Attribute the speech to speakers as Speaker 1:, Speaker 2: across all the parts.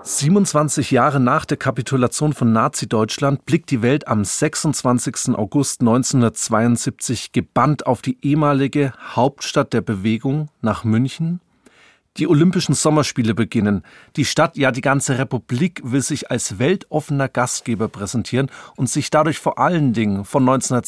Speaker 1: 27 Jahre nach der Kapitulation von Nazi-Deutschland blickt die Welt am 26. August 1972 gebannt auf die ehemalige Hauptstadt der Bewegung nach München. Die Olympischen Sommerspiele beginnen. Die Stadt, ja die ganze Republik, will sich als weltoffener Gastgeber präsentieren und sich dadurch vor allen Dingen von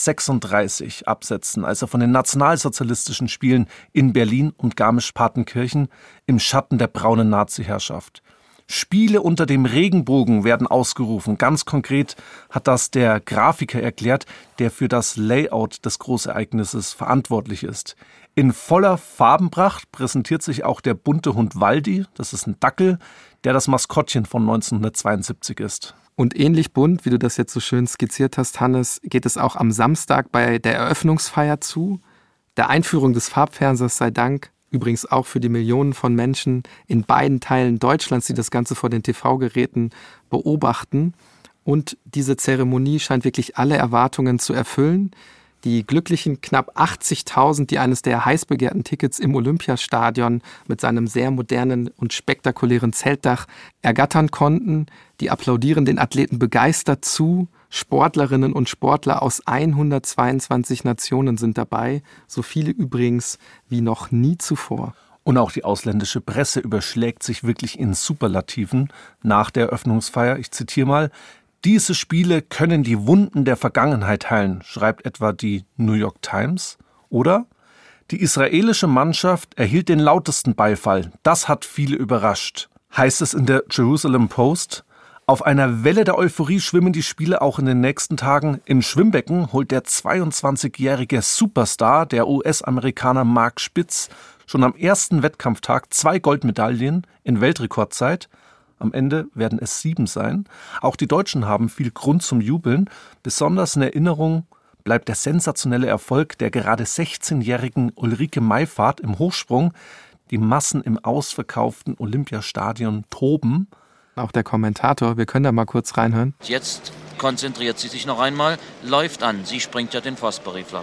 Speaker 1: 1936 absetzen, also von den nationalsozialistischen Spielen in Berlin und Garmisch-Partenkirchen im Schatten der braunen Nazi-Herrschaft. Spiele unter dem Regenbogen werden ausgerufen. Ganz konkret hat das der Grafiker erklärt, der für das Layout des Großereignisses verantwortlich ist. In voller Farbenpracht präsentiert sich auch der bunte Hund Waldi, das ist ein Dackel, der das Maskottchen von 1972 ist.
Speaker 2: Und ähnlich bunt, wie du das jetzt so schön skizziert hast, Hannes, geht es auch am Samstag bei der Eröffnungsfeier zu. Der Einführung des Farbfernsehers sei Dank. Übrigens auch für die Millionen von Menschen in beiden Teilen Deutschlands, die das Ganze vor den TV-Geräten beobachten. Und diese Zeremonie scheint wirklich alle Erwartungen zu erfüllen. Die glücklichen knapp 80.000, die eines der heiß begehrten Tickets im Olympiastadion mit seinem sehr modernen und spektakulären Zeltdach ergattern konnten, die applaudieren den Athleten begeistert zu. Sportlerinnen und Sportler aus 122 Nationen sind dabei, so viele übrigens wie noch nie zuvor.
Speaker 1: Und auch die ausländische Presse überschlägt sich wirklich in Superlativen nach der Eröffnungsfeier. Ich zitiere mal: Diese Spiele können die Wunden der Vergangenheit heilen, schreibt etwa die New York Times. Oder: Die israelische Mannschaft erhielt den lautesten Beifall. Das hat viele überrascht, heißt es in der Jerusalem Post. Auf einer Welle der Euphorie schwimmen die Spiele auch in den nächsten Tagen. Im Schwimmbecken holt der 22-jährige Superstar, der US-Amerikaner Mark Spitz, schon am ersten Wettkampftag 2 Goldmedaillen in Weltrekordzeit. Am Ende werden es 7 sein. Auch die Deutschen haben viel Grund zum Jubeln. Besonders in Erinnerung bleibt der sensationelle Erfolg der gerade 16-jährigen Ulrike Meifahrt im Hochsprung. Die Massen im ausverkauften Olympiastadion toben.
Speaker 2: Auch der Kommentator, wir können da mal kurz reinhören.
Speaker 3: Jetzt konzentriert sie sich noch einmal, läuft an. Sie springt ja den Fosbury Flop.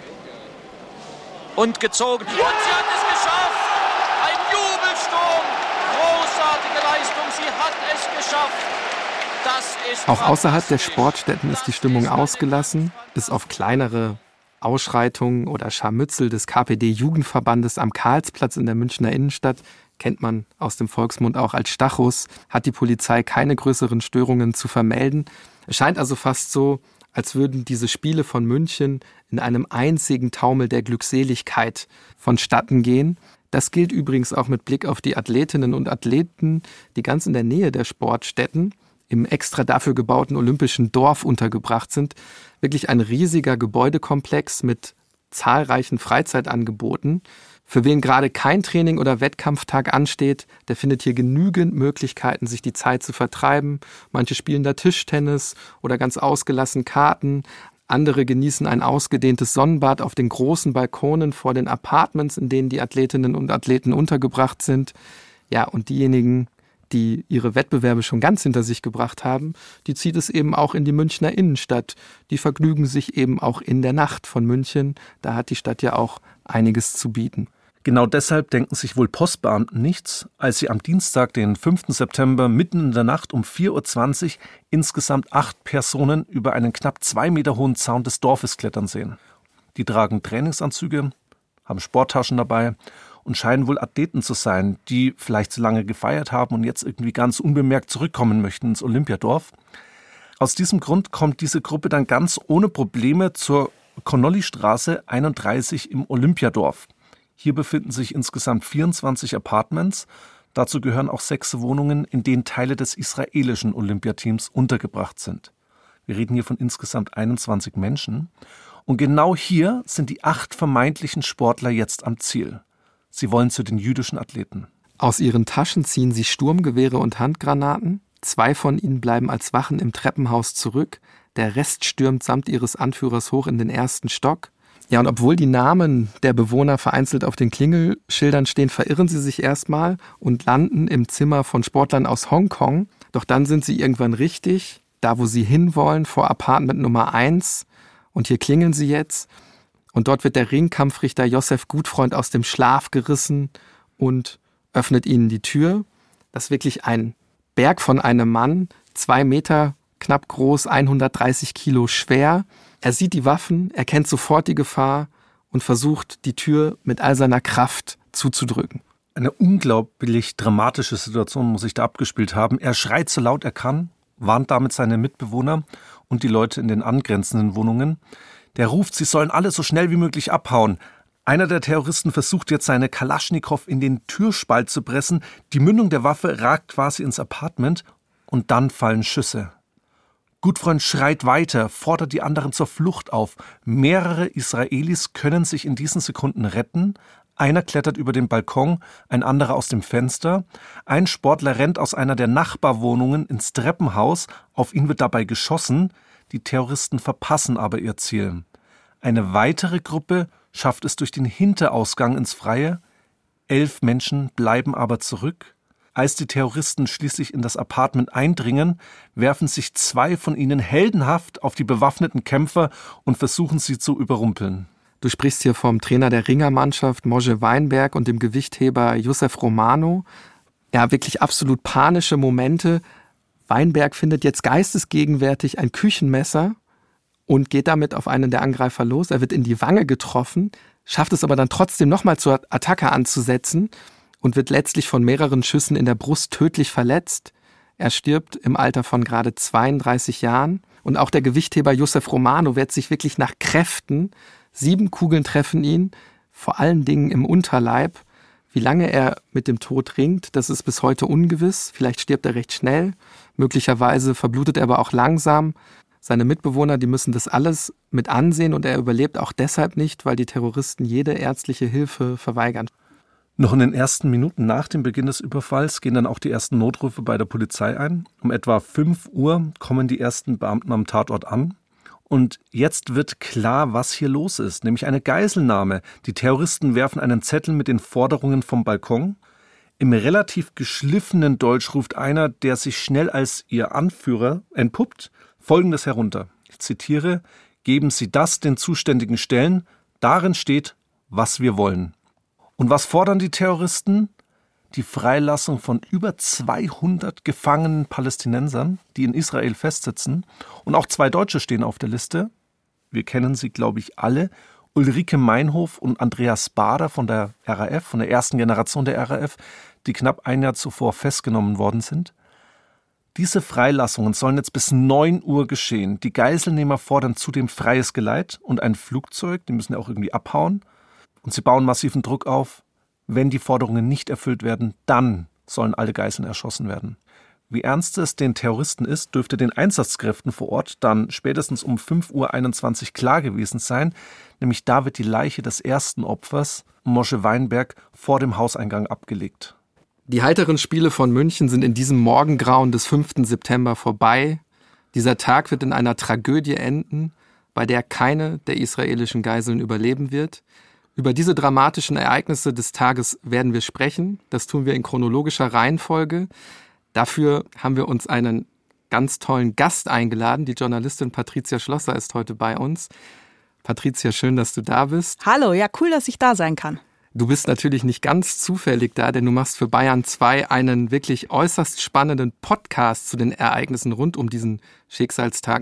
Speaker 3: Und gezogen. Und sie hat es geschafft! Ein Jubelsturm! Großartige Leistung, sie hat es geschafft! Das ist
Speaker 2: auch außerhalb der Sportstätten ist die Stimmung ausgelassen, bis auf kleinere Ausschreitungen oder Scharmützel des KPD-Jugendverbandes am Karlsplatz in der Münchner Innenstadt, kennt man aus dem Volksmund auch als Stachus, hat die Polizei keine größeren Störungen zu vermelden. Es scheint also fast so, als würden diese Spiele von München in einem einzigen Taumel der Glückseligkeit vonstatten gehen. Das gilt übrigens auch mit Blick auf die Athletinnen und Athleten, die ganz in der Nähe der Sportstätten im extra dafür gebauten Olympischen Dorf untergebracht sind. Wirklich ein riesiger Gebäudekomplex mit zahlreichen Freizeitangeboten. Für wen gerade kein Training oder Wettkampftag ansteht, der findet hier genügend Möglichkeiten, sich die Zeit zu vertreiben. Manche spielen da Tischtennis oder ganz ausgelassen Karten. Andere genießen ein ausgedehntes Sonnenbad auf den großen Balkonen vor den Apartments, in denen die Athletinnen und Athleten untergebracht sind. Ja, und diejenigen, die ihre Wettbewerbe schon ganz hinter sich gebracht haben, die zieht es eben auch in die Münchner Innenstadt. Die vergnügen sich eben auch in der Nacht von München. Da hat die Stadt ja auch einiges zu bieten.
Speaker 1: Genau deshalb denken sich wohl Postbeamten nichts, als sie am Dienstag, den 5. September, mitten in der Nacht um 4.20 Uhr insgesamt 8 Personen über einen knapp 2 Meter hohen Zaun des Dorfes klettern sehen. Die tragen Trainingsanzüge, haben Sporttaschen dabei und scheinen wohl Athleten zu sein, die vielleicht zu lange gefeiert haben und jetzt irgendwie ganz unbemerkt zurückkommen möchten ins Olympiadorf. Aus diesem Grund kommt diese Gruppe dann ganz ohne Probleme zur Connollystraße 31 im Olympiadorf. Hier befinden sich insgesamt 24 Apartments. Dazu gehören auch 6 Wohnungen, in denen Teile des israelischen Olympiateams untergebracht sind. Wir reden hier von insgesamt 21 Menschen. Und genau hier sind die 8 vermeintlichen Sportler jetzt am Ziel. Sie wollen zu den jüdischen Athleten.
Speaker 2: Aus ihren Taschen ziehen sie Sturmgewehre und Handgranaten. 2 von ihnen bleiben als Wachen im Treppenhaus zurück. Der Rest stürmt samt ihres Anführers hoch in den 1. Stock. Ja, und obwohl die Namen der Bewohner vereinzelt auf den Klingelschildern stehen, verirren sie sich erstmal und landen im Zimmer von Sportlern aus Hongkong. Doch dann sind sie irgendwann richtig, da wo sie hinwollen, vor Apartment Nummer 1. Und hier klingeln sie jetzt. Und dort wird der Ringkampfrichter Josef Gutfreund aus dem Schlaf gerissen und öffnet ihnen die Tür. Das ist wirklich ein Berg von einem Mann, 2 Meter knapp groß, 130 Kilo schwer. Er sieht die Waffen, erkennt sofort die Gefahr und versucht, die Tür mit all seiner Kraft zuzudrücken.
Speaker 1: Eine unglaublich dramatische Situation muss sich da abgespielt haben. Er schreit so laut er kann, warnt damit seine Mitbewohner und die Leute in den angrenzenden Wohnungen. Der ruft, sie sollen alle so schnell wie möglich abhauen. Einer der Terroristen versucht jetzt seine Kalaschnikow in den Türspalt zu pressen. Die Mündung der Waffe ragt quasi ins Apartment und dann fallen Schüsse. Gudfreund schreit weiter, fordert die anderen zur Flucht auf. Mehrere Israelis können sich in diesen Sekunden retten. Einer klettert über den Balkon, ein anderer aus dem Fenster. Ein Sportler rennt aus einer der Nachbarwohnungen ins Treppenhaus. Auf ihn wird dabei geschossen. Die Terroristen verpassen aber ihr Ziel. Eine weitere Gruppe schafft es durch den Hinterausgang ins Freie. 11 Menschen bleiben aber zurück. Als die Terroristen schließlich in das Apartment eindringen, werfen sich 2 von ihnen heldenhaft auf die bewaffneten Kämpfer und versuchen sie zu überrumpeln.
Speaker 2: Du sprichst hier vom Trainer der Ringermannschaft Moshe Weinberg und dem Gewichtheber Yosef Romano. Ja, wirklich absolut panische Momente. Weinberg findet jetzt geistesgegenwärtig ein Küchenmesser und geht damit auf einen der Angreifer los. Er wird in die Wange getroffen, schafft es aber dann trotzdem nochmal zur Attacke anzusetzen und wird letztlich von mehreren Schüssen in der Brust tödlich verletzt. Er stirbt im Alter von gerade 32 Jahren. Und auch der Gewichtheber Yosef Romano wehrt sich wirklich nach Kräften. 7 Kugeln treffen ihn, vor allen Dingen im Unterleib. Wie lange er mit dem Tod ringt, das ist bis heute ungewiss. Vielleicht stirbt er recht schnell, möglicherweise verblutet er aber auch langsam. Seine Mitbewohner, die müssen das alles mit ansehen und er überlebt auch deshalb nicht, weil die Terroristen jede ärztliche Hilfe verweigern.
Speaker 1: Noch in den ersten Minuten nach dem Beginn des Überfalls gehen dann auch die ersten Notrufe bei der Polizei ein. Um etwa 5 Uhr kommen die ersten Beamten am Tatort an. Und jetzt wird klar, was hier los ist, nämlich eine Geiselnahme. Die Terroristen werfen einen Zettel mit den Forderungen vom Balkon. Im relativ geschliffenen Deutsch ruft einer, der sich schnell als ihr Anführer entpuppt, Folgendes herunter. Ich zitiere: Geben Sie das den zuständigen Stellen, darin steht, was wir wollen. Und was fordern die Terroristen? Die Freilassung von über 200 gefangenen Palästinensern, die in Israel festsitzen. Und auch 2 Deutsche stehen auf der Liste. Wir kennen sie, glaube ich, alle. Ulrike Meinhof und Andreas Bader von der RAF, von der ersten Generation der RAF, die knapp ein Jahr zuvor festgenommen worden sind. Diese Freilassungen sollen jetzt bis 9 Uhr geschehen. Die Geiselnehmer fordern zudem freies Geleit und ein Flugzeug. Die müssen ja auch irgendwie abhauen. Und sie bauen massiven Druck auf. Wenn die Forderungen nicht erfüllt werden, dann sollen alle Geiseln erschossen werden. Wie ernst es den Terroristen ist, dürfte den Einsatzkräften vor Ort dann spätestens um 5:21 Uhr klar gewesen sein. Nämlich da wird die Leiche des ersten Opfers, Moshe Weinberg, vor dem Hauseingang abgelegt.
Speaker 2: Die heiteren Spiele von München sind in diesem Morgengrauen des 5. September vorbei. Dieser Tag wird in einer Tragödie enden, bei der keine der israelischen Geiseln überleben wird. Über diese dramatischen Ereignisse des Tages werden wir sprechen. Das tun wir in chronologischer Reihenfolge. Dafür haben wir uns einen ganz tollen Gast eingeladen. Die Journalistin Patricia Schlosser ist heute bei uns. Patricia, schön, dass du da bist.
Speaker 4: Hallo, ja, cool, dass ich da sein kann.
Speaker 2: Du bist natürlich nicht ganz zufällig da, denn du machst für Bayern 2 einen wirklich äußerst spannenden Podcast zu den Ereignissen rund um diesen Schicksalstag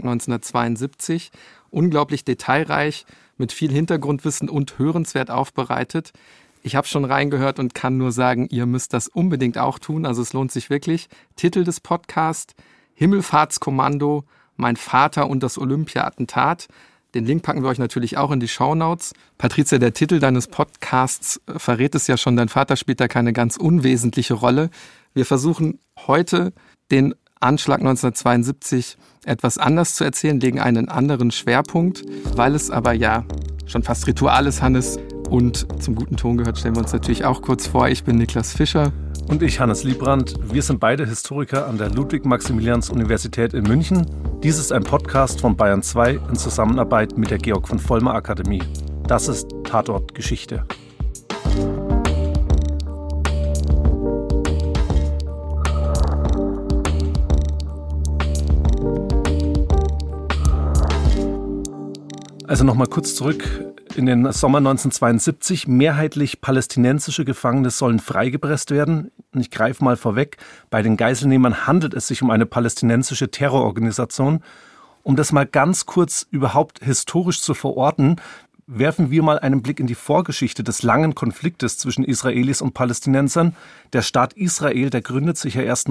Speaker 2: 1972. Unglaublich detailreich, mit viel Hintergrundwissen und hörenswert aufbereitet. Ich habe schon reingehört und kann nur sagen, ihr müsst das unbedingt auch tun. Also es lohnt sich wirklich. Titel des Podcasts: Himmelfahrtskommando, mein Vater und das Olympia-Attentat. Den Link packen wir euch natürlich auch in die Shownotes. Patricia, der Titel deines Podcasts verrät es ja schon, dein Vater spielt da keine ganz unwesentliche Rolle. Wir versuchen heute den Anschlag 1972 etwas anders zu erzählen, legen einen anderen Schwerpunkt. Weil es aber ja schon fast Ritual ist, Hannes, und zum guten Ton gehört, stellen wir uns natürlich auch kurz vor. Ich bin Niklas Fischer.
Speaker 1: Und ich, Hannes Liebrandt. Wir sind beide Historiker an der Ludwig-Maximilians-Universität in München. Dies ist ein Podcast von Bayern 2 in Zusammenarbeit mit der Georg von Vollmer Akademie. Das ist Tatort Geschichte. Also nochmal kurz zurück. in den Sommer 1972. Mehrheitlich palästinensische Gefangene sollen freigepresst werden. Ich greife mal vorweg. Bei den Geiselnehmern handelt es sich um eine palästinensische Terrororganisation. Um das mal ganz kurz überhaupt historisch zu verorten, werfen wir mal einen Blick in die Vorgeschichte des langen Konfliktes zwischen Israelis und Palästinensern. Der Staat Israel, der gründet sich ja erst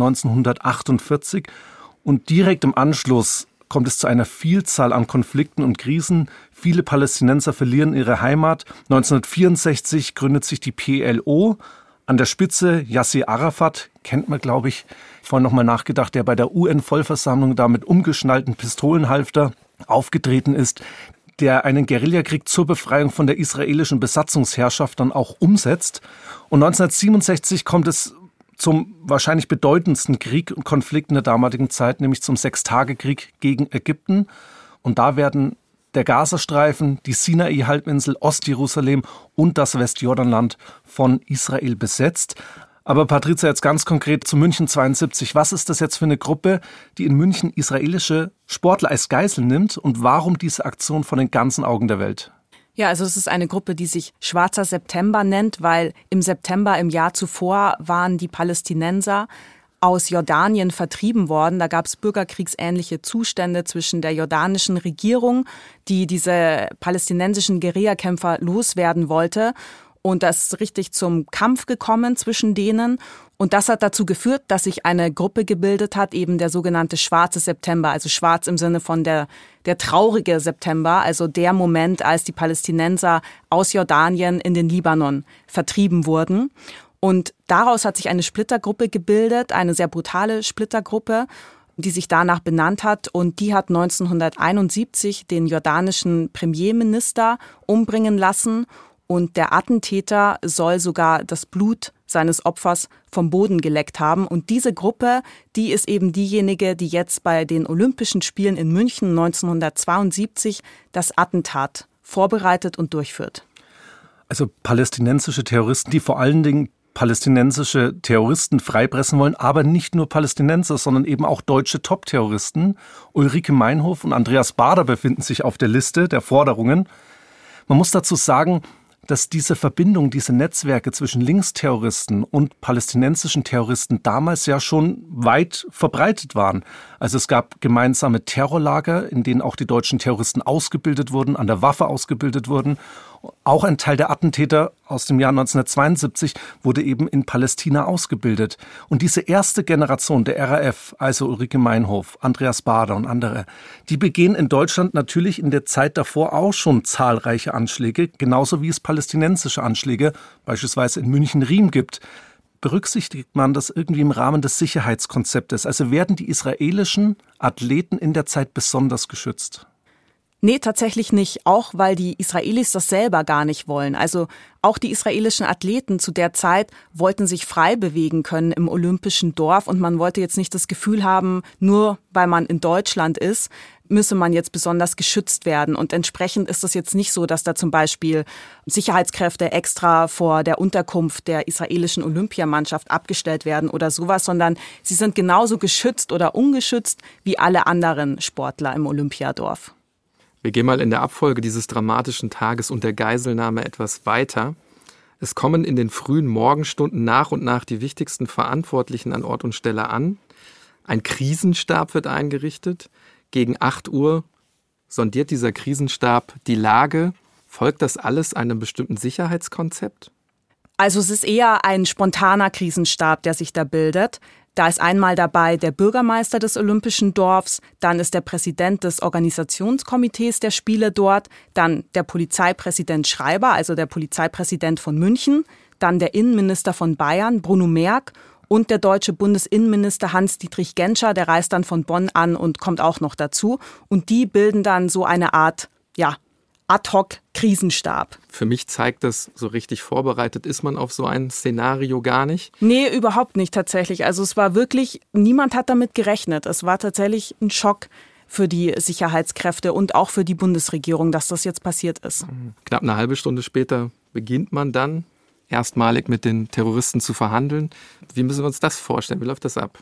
Speaker 1: 1948 und direkt im Anschluss kommt es zu einer Vielzahl an Konflikten und Krisen. Viele Palästinenser verlieren ihre Heimat. 1964 gründet sich die PLO. An der Spitze Yasser Arafat, kennt man, glaube ich, vorhin nochmal nachgedacht, der bei der UN-Vollversammlung da mit umgeschnallten Pistolenhalfter aufgetreten ist, der einen Guerillakrieg zur Befreiung von der israelischen Besatzungsherrschaft dann auch umsetzt. Und 1967 kommt es zum wahrscheinlich bedeutendsten Krieg und Konflikt in der damaligen Zeit, nämlich zum Sechstagekrieg gegen Ägypten. Und da werden der Gazastreifen, die Sinai-Halbinsel, Ostjerusalem und das Westjordanland von Israel besetzt. Aber Patrizia, jetzt ganz konkret zu München 72. Was ist das jetzt für eine Gruppe, die in München israelische Sportler als Geisel nimmt? Und warum diese Aktion vor den ganzen Augen der Welt?
Speaker 4: Ja, also es ist eine Gruppe, die sich Schwarzer September nennt, weil im September im Jahr zuvor waren die Palästinenser aus Jordanien vertrieben worden. Da gab es bürgerkriegsähnliche Zustände zwischen der jordanischen Regierung, die diese palästinensischen Guerillakämpfer loswerden wollte. Und das ist richtig zum Kampf gekommen zwischen denen. Und das hat dazu geführt, dass sich eine Gruppe gebildet hat, eben der sogenannte Schwarze September. Also schwarz im Sinne von der traurige September, also der Moment, als die Palästinenser aus Jordanien in den Libanon vertrieben wurden. Und daraus hat sich eine Splittergruppe gebildet, eine sehr brutale Splittergruppe, die sich danach benannt hat. Und die hat 1971 den jordanischen Premierminister umbringen lassen. Und der Attentäter soll sogar das Blut seines Opfers vom Boden geleckt haben. Und diese Gruppe, die ist eben diejenige, die jetzt bei den Olympischen Spielen in München 1972 das Attentat vorbereitet und durchführt.
Speaker 1: Also palästinensische Terroristen, die vor allen Dingen palästinensische Terroristen freipressen wollen, aber nicht nur Palästinenser, sondern eben auch deutsche Top-Terroristen. Ulrike Meinhof und Andreas Baader befinden sich auf der Liste der Forderungen. Man muss dazu sagen, dass diese Verbindung, diese Netzwerke zwischen Linksterroristen und palästinensischen Terroristen damals ja schon weit verbreitet waren. Also es gab gemeinsame Terrorlager, in denen auch die deutschen Terroristen ausgebildet wurden, an der Waffe ausgebildet wurden. Auch ein Teil der Attentäter aus dem Jahr 1972 wurde eben in Palästina ausgebildet. Und diese erste Generation der RAF, also Ulrike Meinhof, Andreas Baader und andere, die begehen in Deutschland natürlich in der Zeit davor auch schon zahlreiche Anschläge, genauso wie es palästinensische Anschläge, beispielsweise in München-Riem gibt. Berücksichtigt man das irgendwie im Rahmen des Sicherheitskonzeptes? Also werden die israelischen Athleten in der Zeit besonders geschützt?
Speaker 4: Nee, tatsächlich nicht. Auch weil die Israelis das selber gar nicht wollen. Also auch die israelischen Athleten zu der Zeit wollten sich frei bewegen können im olympischen Dorf. Und man wollte jetzt nicht das Gefühl haben, nur weil man in Deutschland ist, müsse man jetzt besonders geschützt werden. Und entsprechend ist es jetzt nicht so, dass da zum Beispiel Sicherheitskräfte extra vor der Unterkunft der israelischen Olympiamannschaft abgestellt werden oder sowas, sondern sie sind genauso geschützt oder ungeschützt wie alle anderen Sportler im Olympiadorf.
Speaker 2: Wir gehen mal in der Abfolge dieses dramatischen Tages und der Geiselnahme etwas weiter. Es kommen in den frühen Morgenstunden nach und nach die wichtigsten Verantwortlichen an Ort und Stelle an. Ein Krisenstab wird eingerichtet. Gegen 8 Uhr sondiert dieser Krisenstab die Lage. Folgt das alles einem bestimmten Sicherheitskonzept?
Speaker 4: Also es ist eher ein spontaner Krisenstab, der sich da bildet. Da ist einmal dabei der Bürgermeister des Olympischen Dorfs, dann ist der Präsident des Organisationskomitees der Spiele dort, dann der Polizeipräsident Schreiber, also der Polizeipräsident von München, dann der Innenminister von Bayern, Bruno Merk, und der deutsche Bundesinnenminister Hans-Dietrich Genscher, der reist dann von Bonn an und kommt auch noch dazu. Und die bilden dann so eine Art, Ad-hoc-Krisenstab.
Speaker 2: Für mich zeigt das, so richtig vorbereitet ist man auf so ein Szenario gar nicht.
Speaker 4: Nee, überhaupt nicht tatsächlich. Also es war wirklich, niemand hat damit gerechnet. Es war tatsächlich ein Schock für die Sicherheitskräfte und auch für die Bundesregierung, dass das jetzt passiert ist.
Speaker 2: Knapp eine halbe Stunde später beginnt man dann erstmalig mit den Terroristen zu verhandeln. Wie müssen wir uns das vorstellen? Wie läuft das ab?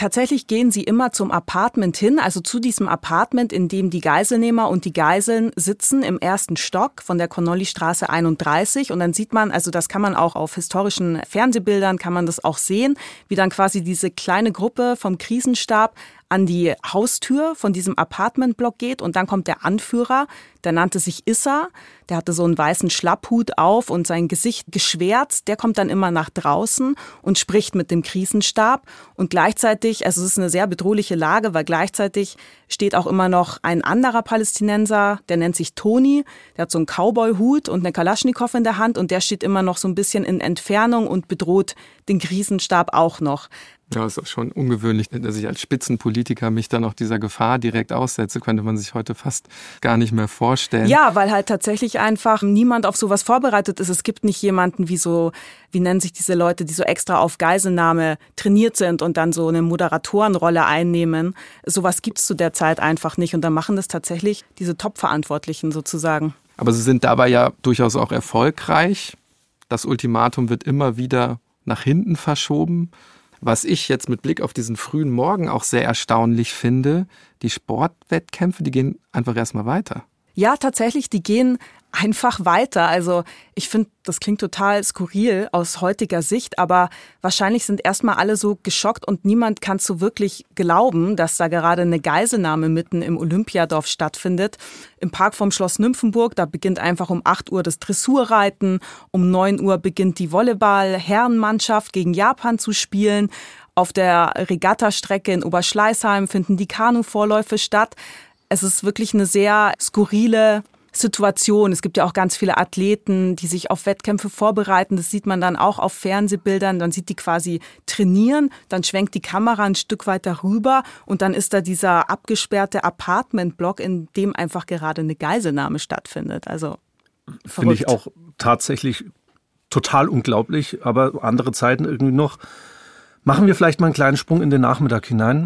Speaker 4: Tatsächlich gehen sie immer zum Apartment hin, also zu diesem Apartment, in dem die Geiselnehmer und die Geiseln sitzen, im ersten Stock von der Connolly-Straße 31. Und dann sieht man, also das kann man auch auf historischen Fernsehbildern, kann man das auch sehen, wie dann quasi diese kleine Gruppe vom Krisenstab an die Haustür von diesem Apartmentblock geht und dann kommt der Anführer, der nannte sich Issa, der hatte so einen weißen Schlapphut auf und sein Gesicht geschwärzt, der kommt dann immer nach draußen und spricht mit dem Krisenstab und gleichzeitig, also es ist eine sehr bedrohliche Lage, weil gleichzeitig steht auch immer noch ein anderer Palästinenser, der nennt sich Toni, der hat so einen Cowboy-Hut und eine Kalaschnikow in der Hand und der steht immer noch so ein bisschen in Entfernung und bedroht den Krisenstab auch noch.
Speaker 2: Ja, ist auch schon ungewöhnlich, dass ich als Spitzenpolitiker mich dann auch dieser Gefahr direkt aussetze, könnte man sich heute fast gar nicht mehr vorstellen.
Speaker 4: Ja, weil halt tatsächlich einfach niemand auf sowas vorbereitet ist. Es gibt nicht jemanden wie nennen sich diese Leute, die so extra auf Geiselnahme trainiert sind und dann so eine Moderatorenrolle einnehmen. Sowas gibt's zu der Zeit einfach nicht und dann machen das tatsächlich diese Top-Verantwortlichen sozusagen.
Speaker 2: Aber sie sind dabei ja durchaus auch erfolgreich. Das Ultimatum wird immer wieder nach hinten verschoben. Was ich jetzt mit Blick auf diesen frühen Morgen auch sehr erstaunlich finde, die Sportwettkämpfe, die gehen einfach erstmal weiter.
Speaker 4: Ja, tatsächlich, die gehen einfach weiter. Also ich finde, das klingt total skurril aus heutiger Sicht, aber wahrscheinlich sind erstmal alle so geschockt und niemand kann so wirklich glauben, dass da gerade eine Geiselnahme mitten im Olympiadorf stattfindet. Im Park vom Schloss Nymphenburg, da beginnt einfach um 8 Uhr das Dressurreiten, um 9 Uhr beginnt die Volleyball-Herrenmannschaft gegen Japan zu spielen. Auf der Regattastrecke in Oberschleißheim finden die Kanuvorläufe statt. Es ist wirklich eine sehr skurrile Situation. Es gibt ja auch ganz viele Athleten, die sich auf Wettkämpfe vorbereiten. Das sieht man dann auch auf Fernsehbildern. Dann sieht die quasi trainieren, dann schwenkt die Kamera ein Stück weiter rüber und dann ist da dieser abgesperrte Apartmentblock, in dem einfach gerade eine Geiselnahme stattfindet. Also
Speaker 1: finde ich auch tatsächlich total unglaublich, aber andere Zeiten irgendwie noch. Machen wir vielleicht mal einen kleinen Sprung in den Nachmittag hinein.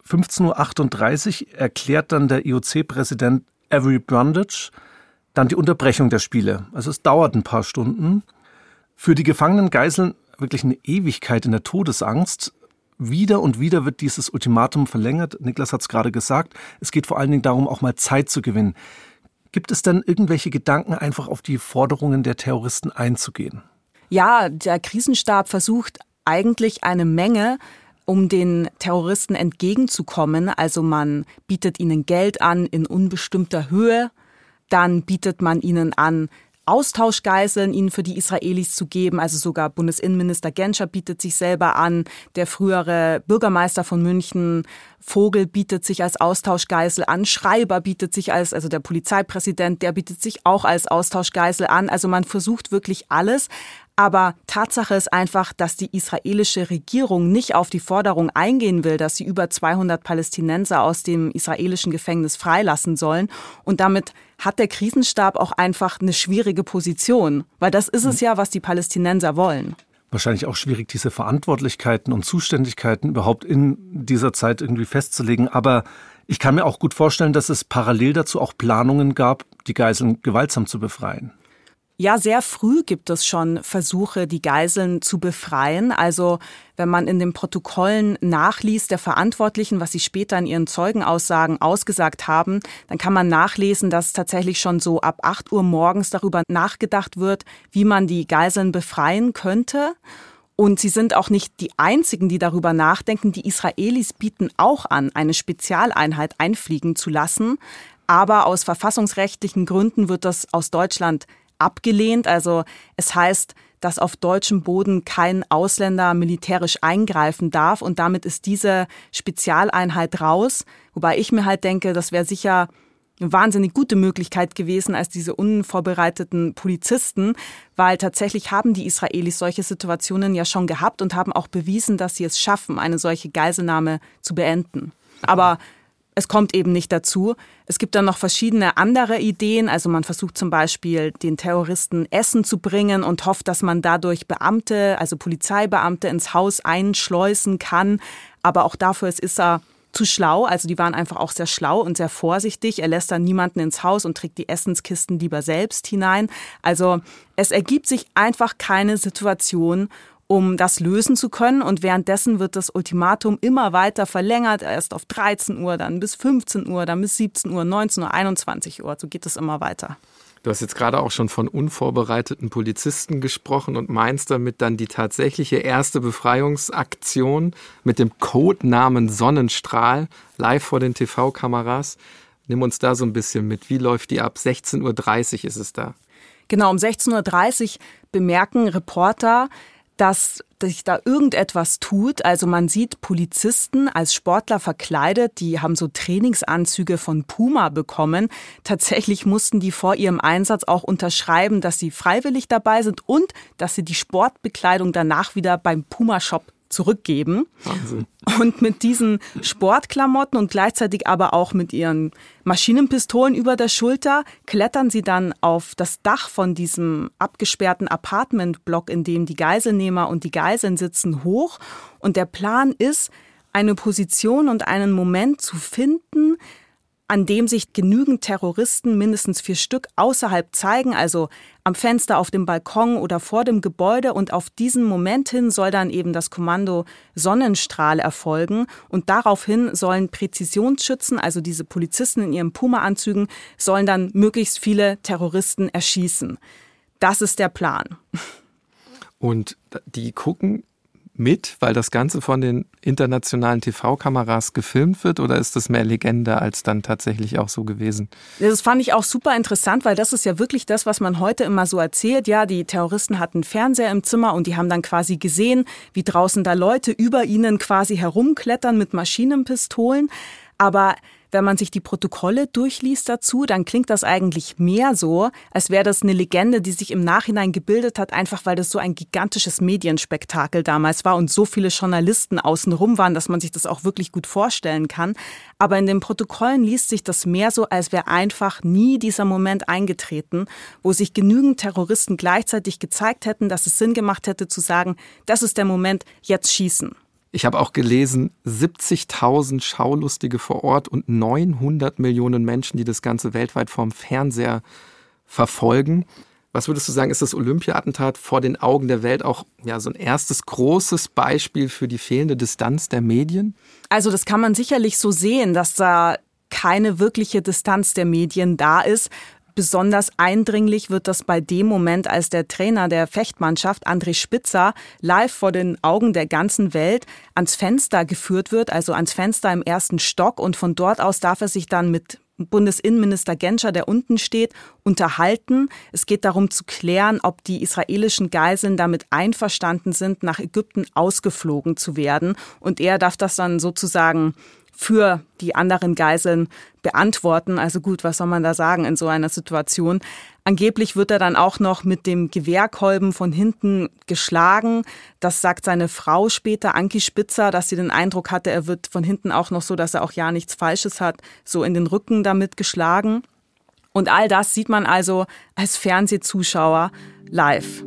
Speaker 1: 15:38 Uhr erklärt dann der IOC-Präsident Avery Brundage dann die Unterbrechung der Spiele. Also es dauert ein paar Stunden. Für die gefangenen Geiseln wirklich eine Ewigkeit in der Todesangst. Wieder und wieder wird dieses Ultimatum verlängert. Niklas hat es gerade gesagt. Es geht vor allen Dingen darum, auch mal Zeit zu gewinnen. Gibt es denn irgendwelche Gedanken, einfach auf die Forderungen der Terroristen einzugehen?
Speaker 4: Ja, der Krisenstab versucht eigentlich eine Menge, um den Terroristen entgegenzukommen. Also man bietet ihnen Geld an in unbestimmter Höhe. Dann bietet man ihnen an, Austauschgeiseln ihnen für die Israelis zu geben. Also sogar Bundesinnenminister Genscher bietet sich selber an. Der frühere Bürgermeister von München, Vogel, bietet sich als Austauschgeisel an. Schreiber bietet sich also der Polizeipräsident, der bietet sich auch als Austauschgeisel an. Also man versucht wirklich alles. Aber Tatsache ist einfach, dass die israelische Regierung nicht auf die Forderung eingehen will, dass sie über 200 Palästinenser aus dem israelischen Gefängnis freilassen sollen. Und damit hat der Krisenstab auch einfach eine schwierige Position. Weil das ist es ja, was die Palästinenser wollen.
Speaker 1: Wahrscheinlich auch schwierig, diese Verantwortlichkeiten und Zuständigkeiten überhaupt in dieser Zeit irgendwie festzulegen. Aber ich kann mir auch gut vorstellen, dass es parallel dazu auch Planungen gab, die Geiseln gewaltsam zu befreien.
Speaker 4: Ja, sehr früh gibt es schon Versuche, die Geiseln zu befreien. Also wenn man in den Protokollen nachliest der Verantwortlichen, was sie später in ihren Zeugenaussagen ausgesagt haben, dann kann man nachlesen, dass tatsächlich schon so ab 8 Uhr morgens darüber nachgedacht wird, wie man die Geiseln befreien könnte. Und sie sind auch nicht die Einzigen, die darüber nachdenken. Die Israelis bieten auch an, eine Spezialeinheit einfliegen zu lassen. Aber aus verfassungsrechtlichen Gründen wird das aus Deutschland abgelehnt. Also es heißt, dass auf deutschem Boden kein Ausländer militärisch eingreifen darf und damit ist diese Spezialeinheit raus. Wobei ich mir halt denke, das wäre sicher eine wahnsinnig gute Möglichkeit gewesen als diese unvorbereiteten Polizisten, weil tatsächlich haben die Israelis solche Situationen ja schon gehabt und haben auch bewiesen, dass sie es schaffen, eine solche Geiselnahme zu beenden. Aber es kommt eben nicht dazu. Es gibt dann noch verschiedene andere Ideen. Also man versucht zum Beispiel, den Terroristen Essen zu bringen und hofft, dass man dadurch Beamte, also Polizeibeamte ins Haus einschleusen kann. Aber auch dafür ist Issa zu schlau. Also die waren einfach auch sehr schlau und sehr vorsichtig. Er lässt dann niemanden ins Haus und trägt die Essenskisten lieber selbst hinein. Also es ergibt sich einfach keine Situation, um das lösen zu können. Und währenddessen wird das Ultimatum immer weiter verlängert, erst auf 13 Uhr, dann bis 15 Uhr, dann bis 17 Uhr, 19 Uhr, 21 Uhr. So geht es immer weiter.
Speaker 2: Du hast jetzt gerade auch schon von unvorbereiteten Polizisten gesprochen und meinst damit dann die tatsächliche erste Befreiungsaktion mit dem Codenamen Sonnenstrahl live vor den TV-Kameras. Nimm uns da so ein bisschen mit. Wie läuft die ab? 16:30 Uhr ist es da.
Speaker 4: Genau, um 16:30 Uhr bemerken Reporter, dass sich da irgendetwas tut. Also man sieht Polizisten als Sportler verkleidet, die haben so Trainingsanzüge von Puma bekommen. Tatsächlich mussten die vor ihrem Einsatz auch unterschreiben, dass sie freiwillig dabei sind und dass sie die Sportbekleidung danach wieder beim Puma-Shop zurückgeben.
Speaker 2: Wahnsinn.
Speaker 4: Und mit diesen Sportklamotten und gleichzeitig aber auch mit ihren Maschinenpistolen über der Schulter klettern sie dann auf das Dach von diesem abgesperrten Apartmentblock, in dem die Geiselnehmer und die Geiseln sitzen, hoch. Und der Plan ist, eine Position und einen Moment zu finden, an dem sich genügend Terroristen, mindestens 4 Stück, außerhalb zeigen, also am Fenster, auf dem Balkon oder vor dem Gebäude. Und auf diesen Moment hin soll dann eben das Kommando Sonnenstrahl erfolgen. Und daraufhin sollen Präzisionsschützen, also diese Polizisten in ihren Puma-Anzügen, sollen dann möglichst viele Terroristen erschießen. Das ist der Plan.
Speaker 2: Und die gucken mit, weil das Ganze von den internationalen TV-Kameras gefilmt wird, oder ist das mehr Legende als dann tatsächlich auch so gewesen?
Speaker 4: Das fand ich auch super interessant, weil das ist ja wirklich das, was man heute immer so erzählt. Ja, die Terroristen hatten Fernseher im Zimmer und die haben dann quasi gesehen, wie draußen da Leute über ihnen quasi herumklettern mit Maschinenpistolen. Aber wenn man sich die Protokolle durchliest dazu, dann klingt das eigentlich mehr so, als wäre das eine Legende, die sich im Nachhinein gebildet hat, einfach weil das so ein gigantisches Medienspektakel damals war und so viele Journalisten außenrum waren, dass man sich das auch wirklich gut vorstellen kann. Aber in den Protokollen liest sich das mehr so, als wäre einfach nie dieser Moment eingetreten, wo sich genügend Terroristen gleichzeitig gezeigt hätten, dass es Sinn gemacht hätte zu sagen, das ist der Moment, jetzt schießen.
Speaker 2: Ich habe auch gelesen, 70.000 Schaulustige vor Ort und 900 Millionen Menschen, die das Ganze weltweit vorm Fernseher verfolgen. Was würdest du sagen, ist das Olympia-Attentat vor den Augen der Welt auch so ein erstes großes Beispiel für die fehlende Distanz der Medien?
Speaker 4: Also das kann man sicherlich so sehen, dass da keine wirkliche Distanz der Medien da ist. Besonders eindringlich wird das bei dem Moment, als der Trainer der Fechtmannschaft, André Spitzer, live vor den Augen der ganzen Welt ans Fenster geführt wird, also ans Fenster im 1. Stock. Und von dort aus darf er sich dann mit Bundesinnenminister Genscher, der unten steht, unterhalten. Es geht darum zu klären, ob die israelischen Geiseln damit einverstanden sind, nach Ägypten ausgeflogen zu werden. Und er darf das dann sozusagen für die anderen Geiseln beantworten. Also gut, was soll man da sagen in so einer Situation? Angeblich wird er dann auch noch mit dem Gewehrkolben von hinten geschlagen. Das sagt seine Frau später, Anki Spitzer, dass sie den Eindruck hatte, er wird von hinten auch noch so, dass er auch ja nichts Falsches hat, so in den Rücken damit geschlagen. Und all das sieht man also als Fernsehzuschauer live.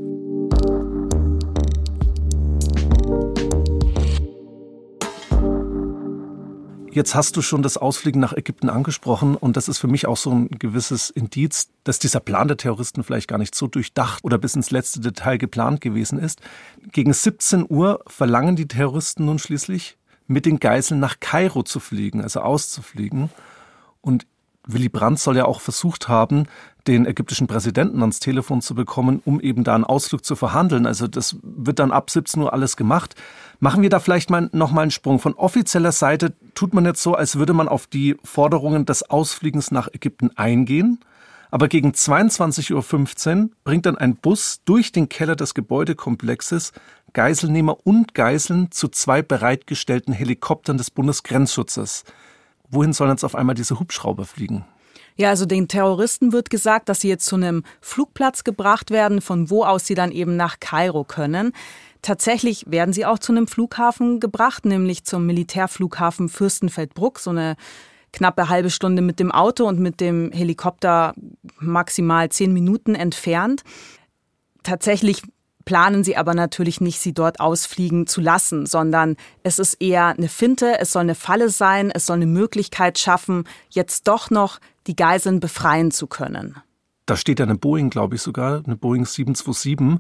Speaker 1: Jetzt hast du schon das Ausfliegen nach Ägypten angesprochen und das ist für mich auch so ein gewisses Indiz, dass dieser Plan der Terroristen vielleicht gar nicht so durchdacht oder bis ins letzte Detail geplant gewesen ist. Gegen 17 Uhr verlangen die Terroristen nun schließlich, mit den Geiseln nach Kairo zu fliegen, also auszufliegen. Und Willy Brandt soll ja auch versucht haben, den ägyptischen Präsidenten ans Telefon zu bekommen, um eben da einen Ausflug zu verhandeln. Also das wird dann ab 17 Uhr alles gemacht. Machen wir da vielleicht noch mal einen Sprung. Von offizieller Seite tut man jetzt so, als würde man auf die Forderungen des Ausfliegens nach Ägypten eingehen. Aber gegen 22:15 Uhr bringt dann ein Bus durch den Keller des Gebäudekomplexes Geiselnehmer und Geiseln zu 2 bereitgestellten Helikoptern des Bundesgrenzschutzes. Wohin sollen jetzt auf einmal diese Hubschrauber fliegen?
Speaker 4: Ja, also den Terroristen wird gesagt, dass sie jetzt zu einem Flugplatz gebracht werden, von wo aus sie dann eben nach Kairo können. Tatsächlich werden sie auch zu einem Flughafen gebracht, nämlich zum Militärflughafen Fürstenfeldbruck, so eine knappe halbe Stunde mit dem Auto und mit dem Helikopter maximal 10 Minuten entfernt. Tatsächlich planen sie aber natürlich nicht, sie dort ausfliegen zu lassen, sondern es ist eher eine Finte, es soll eine Falle sein, es soll eine Möglichkeit schaffen, jetzt doch noch die Geiseln befreien zu können.
Speaker 1: Da steht ja eine Boeing, glaube ich sogar, eine Boeing 727,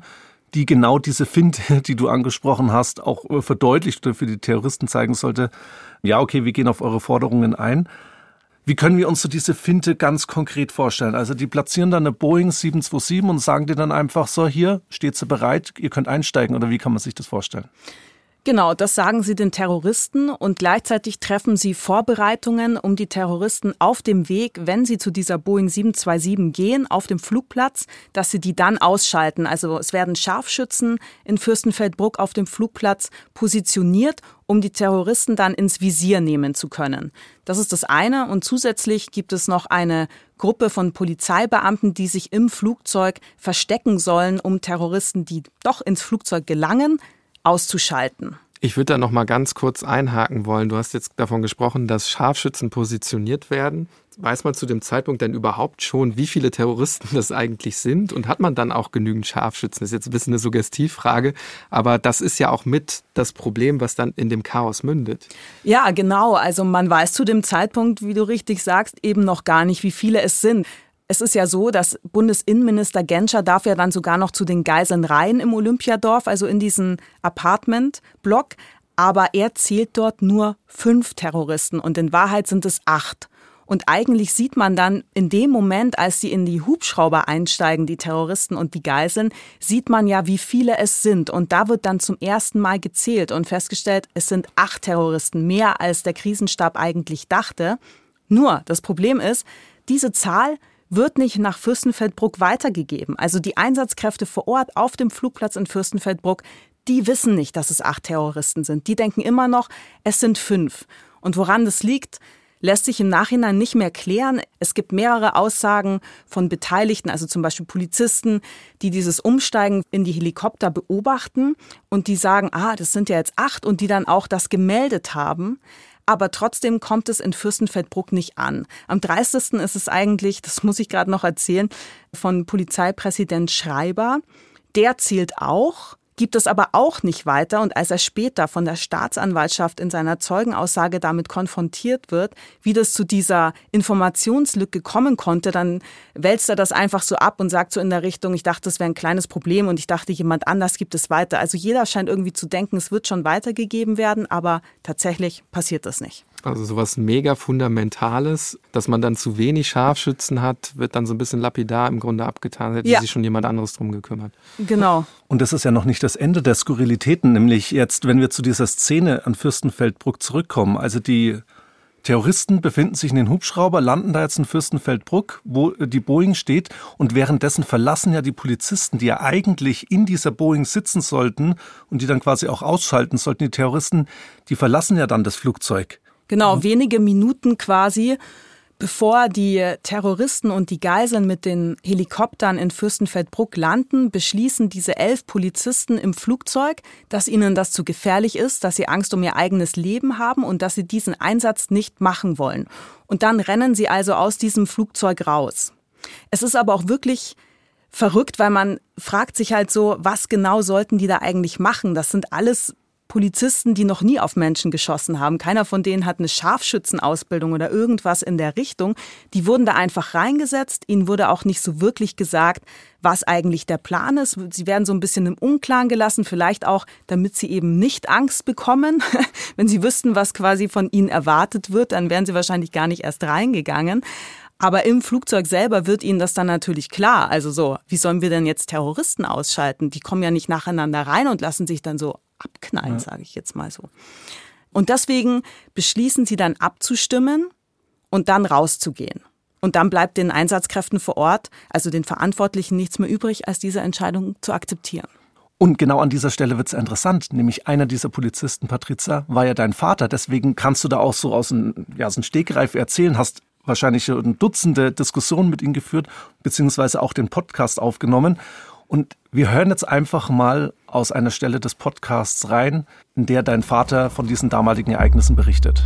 Speaker 1: die genau diese Finte, die du angesprochen hast, auch verdeutlicht oder für die Terroristen zeigen sollte, ja, okay, wir gehen auf eure Forderungen ein. Wie können wir uns so diese Finte ganz konkret vorstellen? Also die platzieren dann eine Boeing 727 und sagen dir dann einfach so, hier, steht sie bereit, ihr könnt einsteigen, oder wie kann man sich das vorstellen?
Speaker 4: Genau, das sagen sie den Terroristen und gleichzeitig treffen sie Vorbereitungen, um die Terroristen auf dem Weg, wenn sie zu dieser Boeing 727 gehen, auf dem Flugplatz, dass sie die dann ausschalten. Also es werden Scharfschützen in Fürstenfeldbruck auf dem Flugplatz positioniert, um die Terroristen dann ins Visier nehmen zu können. Das ist das eine. Und zusätzlich gibt es noch eine Gruppe von Polizeibeamten, die sich im Flugzeug verstecken sollen, um Terroristen, die doch ins Flugzeug gelangen, auszuschalten.
Speaker 2: Ich würde da noch mal ganz kurz einhaken wollen. Du hast jetzt davon gesprochen, dass Scharfschützen positioniert werden. Weiß man zu dem Zeitpunkt denn überhaupt schon, wie viele Terroristen das eigentlich sind? Und hat man dann auch genügend Scharfschützen? Das ist jetzt ein bisschen eine Suggestivfrage, aber das ist ja auch mit das Problem, was dann in dem Chaos mündet.
Speaker 4: Ja, genau. Also man weiß zu dem Zeitpunkt, wie du richtig sagst, eben noch gar nicht, wie viele es sind. Es ist ja so, dass Bundesinnenminister Genscher darf ja dann sogar noch zu den Geiseln rein im Olympiadorf, also in diesen Apartment-Block. Aber er zählt dort nur 5 Terroristen und in Wahrheit sind es 8. Und eigentlich sieht man dann in dem Moment, als sie in die Hubschrauber einsteigen, die Terroristen und die Geiseln, sieht man ja, wie viele es sind. Und da wird dann zum ersten Mal gezählt und festgestellt, es sind 8 Terroristen, mehr als der Krisenstab eigentlich dachte. Nur, das Problem ist, diese Zahl wird nicht nach Fürstenfeldbruck weitergegeben. Also die Einsatzkräfte vor Ort auf dem Flugplatz in Fürstenfeldbruck, die wissen nicht, dass es 8 Terroristen sind. Die denken immer noch, es sind 5. Und woran das liegt, lässt sich im Nachhinein nicht mehr klären. Es gibt mehrere Aussagen von Beteiligten, also zum Beispiel Polizisten, die dieses Umsteigen in die Helikopter beobachten und die sagen, das sind ja jetzt 8 und die dann auch das gemeldet haben. Aber trotzdem kommt es in Fürstenfeldbruck nicht an. Am dreistesten ist es eigentlich, das muss ich gerade noch erzählen, von Polizeipräsident Schreiber. Der zählt auch, gibt es aber auch nicht weiter. Und als er später von der Staatsanwaltschaft in seiner Zeugenaussage damit konfrontiert wird, wie das zu dieser Informationslücke kommen konnte, dann wälzt er das einfach so ab und sagt so in der Richtung, ich dachte, das wäre ein kleines Problem und ich dachte, jemand anders gibt es weiter. Also jeder scheint irgendwie zu denken, es wird schon weitergegeben werden, aber tatsächlich passiert das nicht.
Speaker 2: Also sowas mega Fundamentales, dass man dann zu wenig Scharfschützen hat, wird dann so ein bisschen lapidar im Grunde abgetan, hätte sich schon jemand anderes drum gekümmert.
Speaker 4: Genau.
Speaker 1: Und das ist ja noch nicht das Ende der Skurrilitäten, nämlich jetzt, wenn wir zu dieser Szene an Fürstenfeldbruck zurückkommen. Also die Terroristen befinden sich in den Hubschrauber, landen da jetzt in Fürstenfeldbruck, wo die Boeing steht, und währenddessen verlassen ja die Polizisten, die ja eigentlich in dieser Boeing sitzen sollten und die dann quasi auch ausschalten sollten, die Terroristen, die verlassen ja dann das Flugzeug.
Speaker 4: Genau, wenige Minuten quasi, bevor die Terroristen und die Geiseln mit den Helikoptern in Fürstenfeldbruck landen, beschließen diese 11 Polizisten im Flugzeug, dass ihnen das zu gefährlich ist, dass sie Angst um ihr eigenes Leben haben und dass sie diesen Einsatz nicht machen wollen. Und dann rennen sie also aus diesem Flugzeug raus. Es ist aber auch wirklich verrückt, weil man fragt sich halt so, was genau sollten die da eigentlich machen? Das sind alles Polizisten, die noch nie auf Menschen geschossen haben. Keiner von denen hat eine Scharfschützenausbildung oder irgendwas in der Richtung. Die wurden da einfach reingesetzt. Ihnen wurde auch nicht so wirklich gesagt, was eigentlich der Plan ist. Sie werden so ein bisschen im Unklaren gelassen, vielleicht auch, damit sie eben nicht Angst bekommen. Wenn sie wüssten, was quasi von ihnen erwartet wird, dann wären sie wahrscheinlich gar nicht erst reingegangen. Aber im Flugzeug selber wird ihnen das dann natürlich klar. Also so, wie sollen wir denn jetzt Terroristen ausschalten? Die kommen ja nicht nacheinander rein und lassen sich dann so abknallen, sage ich jetzt mal so. Und deswegen beschließen sie dann abzustimmen und dann rauszugehen. Und dann bleibt den Einsatzkräften vor Ort, also den Verantwortlichen, nichts mehr übrig, als diese Entscheidung zu akzeptieren.
Speaker 1: Und genau an dieser Stelle wird es interessant, nämlich einer dieser Polizisten, Patrizia, war ja dein Vater. Deswegen kannst du da auch so aus dem Stegreif erzählen, hast wahrscheinlich Dutzende Diskussionen mit ihm geführt, beziehungsweise auch den Podcast aufgenommen. Und wir hören jetzt einfach mal aus einer Stelle des Podcasts rein, in der dein Vater von diesen damaligen Ereignissen berichtet.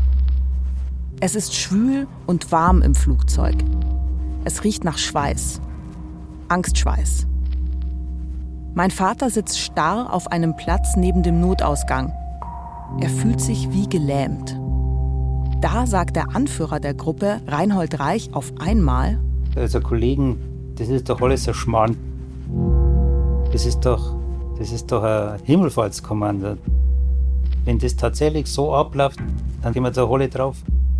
Speaker 4: Es ist schwül und warm im Flugzeug. Es riecht nach Schweiß. Angstschweiß. Mein Vater sitzt starr auf einem Platz neben dem Notausgang. Er fühlt sich wie gelähmt. Da sagt der Anführer der Gruppe, Reinhold Reich, auf einmal:
Speaker 5: Also Kollegen, das ist doch alles ein Schmarrn. Das ist doch Das ist doch ein Himmelfahrtskommando. Wenn das tatsächlich so abläuft, dann gehen wir da alle drauf.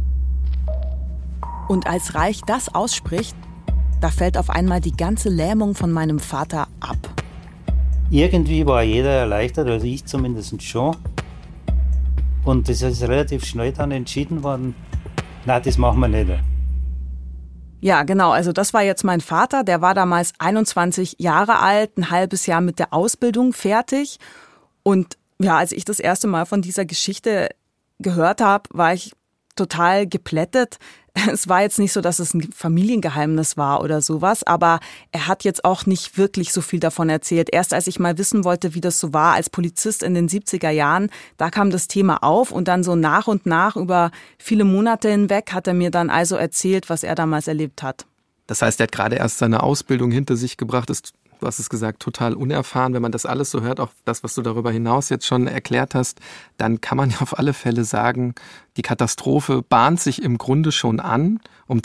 Speaker 4: Und als Reich das ausspricht, da fällt auf einmal die ganze Lähmung von meinem Vater ab.
Speaker 5: Irgendwie war jeder erleichtert, also ich zumindest schon. Und das ist relativ schnell dann entschieden worden, nein, das machen wir nicht.
Speaker 4: Ja, genau. Also das war jetzt mein Vater. Der war damals 21 Jahre alt, ein halbes Jahr mit der Ausbildung fertig. Und ja, als ich das erste Mal von dieser Geschichte gehört habe, war ich total geplättet. Es war jetzt nicht so, dass es ein Familiengeheimnis war oder sowas, aber er hat jetzt auch nicht wirklich so viel davon erzählt. Erst als ich mal wissen wollte, wie das so war als Polizist in den 70er Jahren, da kam das Thema auf und dann so nach und nach über viele Monate hinweg hat er mir dann also erzählt, was er damals erlebt hat.
Speaker 2: Das heißt, er hat gerade erst seine Ausbildung hinter sich gebracht, ist, du hast es gesagt, total unerfahren. Wenn man das alles so hört, auch das, was du darüber hinaus jetzt schon erklärt hast, dann kann man ja auf alle Fälle sagen, die Katastrophe bahnt sich im Grunde schon an. Um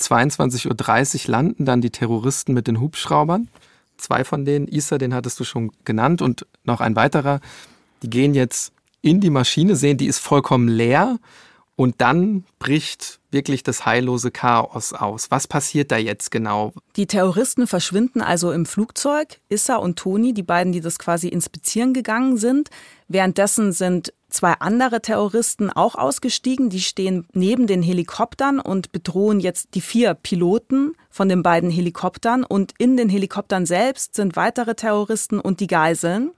Speaker 2: 22.30 Uhr landen dann die Terroristen mit den Hubschraubern. 2 von denen, Issa, den hattest du schon genannt, und noch ein weiterer. Die gehen jetzt in die Maschine, sehen, die ist vollkommen leer. Und dann bricht wirklich das heillose Chaos aus. Was passiert da jetzt genau?
Speaker 4: Die Terroristen verschwinden also im Flugzeug. Issa und Toni, die beiden, die das quasi inspizieren gegangen sind. Währenddessen sind 2 andere Terroristen auch ausgestiegen. Die stehen neben den Helikoptern und bedrohen jetzt die 4 Piloten von den beiden Helikoptern. Und in den Helikoptern selbst sind weitere Terroristen und die Geiseln.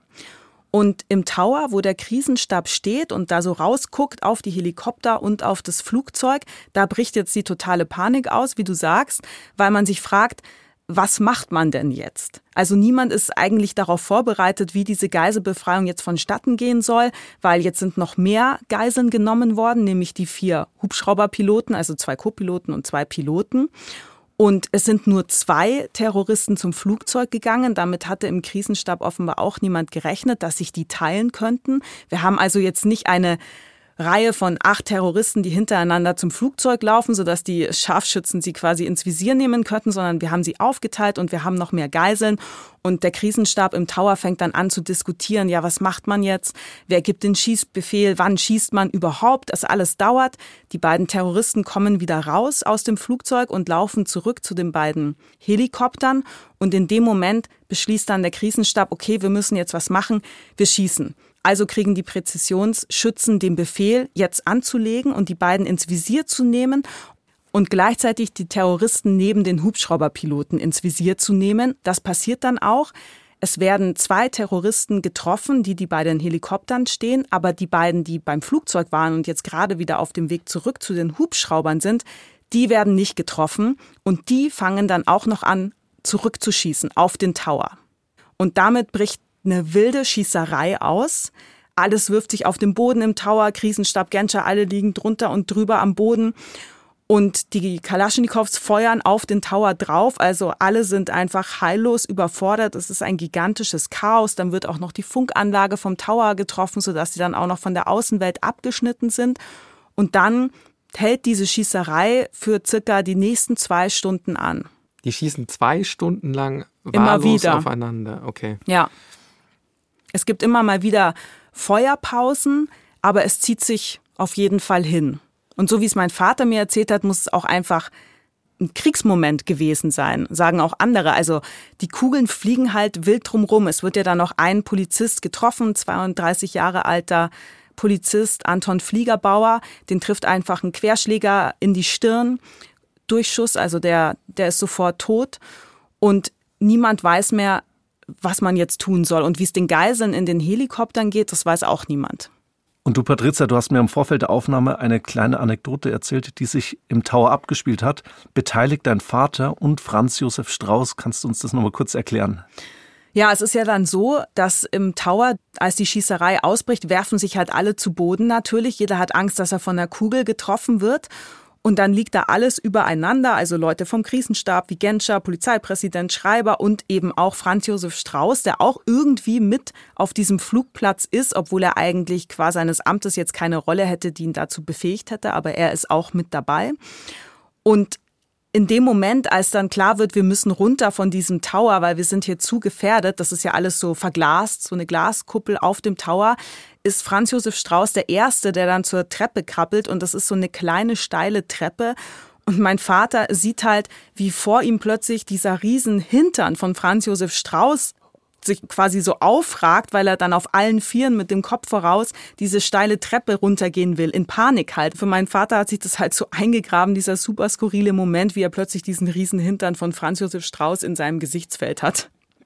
Speaker 4: Und im Tower, wo der Krisenstab steht und da so rausguckt auf die Helikopter und auf das Flugzeug, da bricht jetzt die totale Panik aus, wie du sagst, weil man sich fragt, was macht man denn jetzt? Also niemand ist eigentlich darauf vorbereitet, wie diese Geiselbefreiung jetzt vonstatten gehen soll, weil jetzt sind noch mehr Geiseln genommen worden, nämlich die 4 Hubschrauberpiloten, also 2 Co-Piloten und 2 Piloten. Und es sind nur 2 Terroristen zum Flugzeug gegangen. Damit hatte im Krisenstab offenbar auch niemand gerechnet, dass sich die teilen könnten. Wir haben also jetzt nicht eine Reihe von 8 Terroristen, die hintereinander zum Flugzeug laufen, sodass die Scharfschützen sie quasi ins Visier nehmen könnten, sondern wir haben sie aufgeteilt und wir haben noch mehr Geiseln. Und der Krisenstab im Tower fängt dann an zu diskutieren, ja, was macht man jetzt? Wer gibt den Schießbefehl? Wann schießt man überhaupt? Das alles dauert. Die beiden Terroristen kommen wieder raus aus dem Flugzeug und laufen zurück zu den beiden Helikoptern. Und in dem Moment beschließt dann der Krisenstab, okay, wir müssen jetzt was machen, wir schießen. Also kriegen die Präzisionsschützen den Befehl, jetzt anzulegen und die beiden ins Visier zu nehmen und gleichzeitig die Terroristen neben den Hubschrauberpiloten ins Visier zu nehmen. Das passiert dann auch. Es werden 2 Terroristen getroffen, die bei den Helikoptern stehen, aber die beiden, die beim Flugzeug waren und jetzt gerade wieder auf dem Weg zurück zu den Hubschraubern sind, die werden nicht getroffen und die fangen dann auch noch an, zurückzuschießen auf den Tower. Und damit bricht eine wilde Schießerei aus. Alles wirft sich auf den Boden im Tower, Krisenstab, Genscher, alle liegen drunter und drüber am Boden. Und die Kalaschnikows feuern auf den Tower drauf. Also alle sind einfach heillos überfordert. Es ist ein gigantisches Chaos. Dann wird auch noch die Funkanlage vom Tower getroffen, sodass sie dann auch noch von der Außenwelt abgeschnitten sind. Und dann hält diese Schießerei für circa die nächsten 2 Stunden an.
Speaker 2: Die schießen 2 Stunden lang
Speaker 4: immer wieder
Speaker 2: aufeinander. Okay.
Speaker 4: Ja. Es gibt immer mal wieder Feuerpausen, aber es zieht sich auf jeden Fall hin. Und so wie es mein Vater mir erzählt hat, muss es auch einfach ein Kriegsmoment gewesen sein, sagen auch andere. Also die Kugeln fliegen halt wild drumrum. Es wird ja dann noch ein Polizist getroffen, 32 Jahre alter Polizist Anton Fliegerbauer. Den trifft einfach ein Querschläger in die Stirn, Durchschuss, also der ist sofort tot. Und niemand weiß mehr, was man jetzt tun soll. Und wie es den Geiseln in den Helikoptern geht, das weiß auch niemand.
Speaker 1: Und du, Patrizia, du hast mir im Vorfeld der Aufnahme eine kleine Anekdote erzählt, die sich im Tower abgespielt hat. Beteiligt dein Vater und Franz Josef Strauß. Kannst du uns das nochmal kurz erklären?
Speaker 4: Ja, es ist ja dann so, dass im Tower, als die Schießerei ausbricht, werfen sich halt alle zu Boden natürlich. Jeder hat Angst, dass er von der Kugel getroffen wird. Und dann liegt da alles übereinander, also Leute vom Krisenstab wie Genscher, Polizeipräsident Schreiber und eben auch Franz Josef Strauß, der auch irgendwie mit auf diesem Flugplatz ist, obwohl er eigentlich qua seines Amtes jetzt keine Rolle hätte, die ihn dazu befähigt hätte, aber er ist auch mit dabei. Und in dem Moment, als dann klar wird, wir müssen runter von diesem Tower, weil wir sind hier zu gefährdet, das ist ja alles so verglast, so eine Glaskuppel auf dem Tower, ist Franz Josef Strauß der Erste, der dann zur Treppe krabbelt und das ist so eine kleine, steile Treppe. Und mein Vater sieht halt, wie vor ihm plötzlich dieser riesen Hintern von Franz Josef Strauß sich quasi so aufragt, weil er dann auf allen Vieren mit dem Kopf voraus diese steile Treppe runtergehen will, in Panik halt. Für meinen Vater hat sich das halt so eingegraben, dieser super skurrile Moment, wie er plötzlich diesen riesen Hintern von Franz Josef Strauß in seinem Gesichtsfeld hat.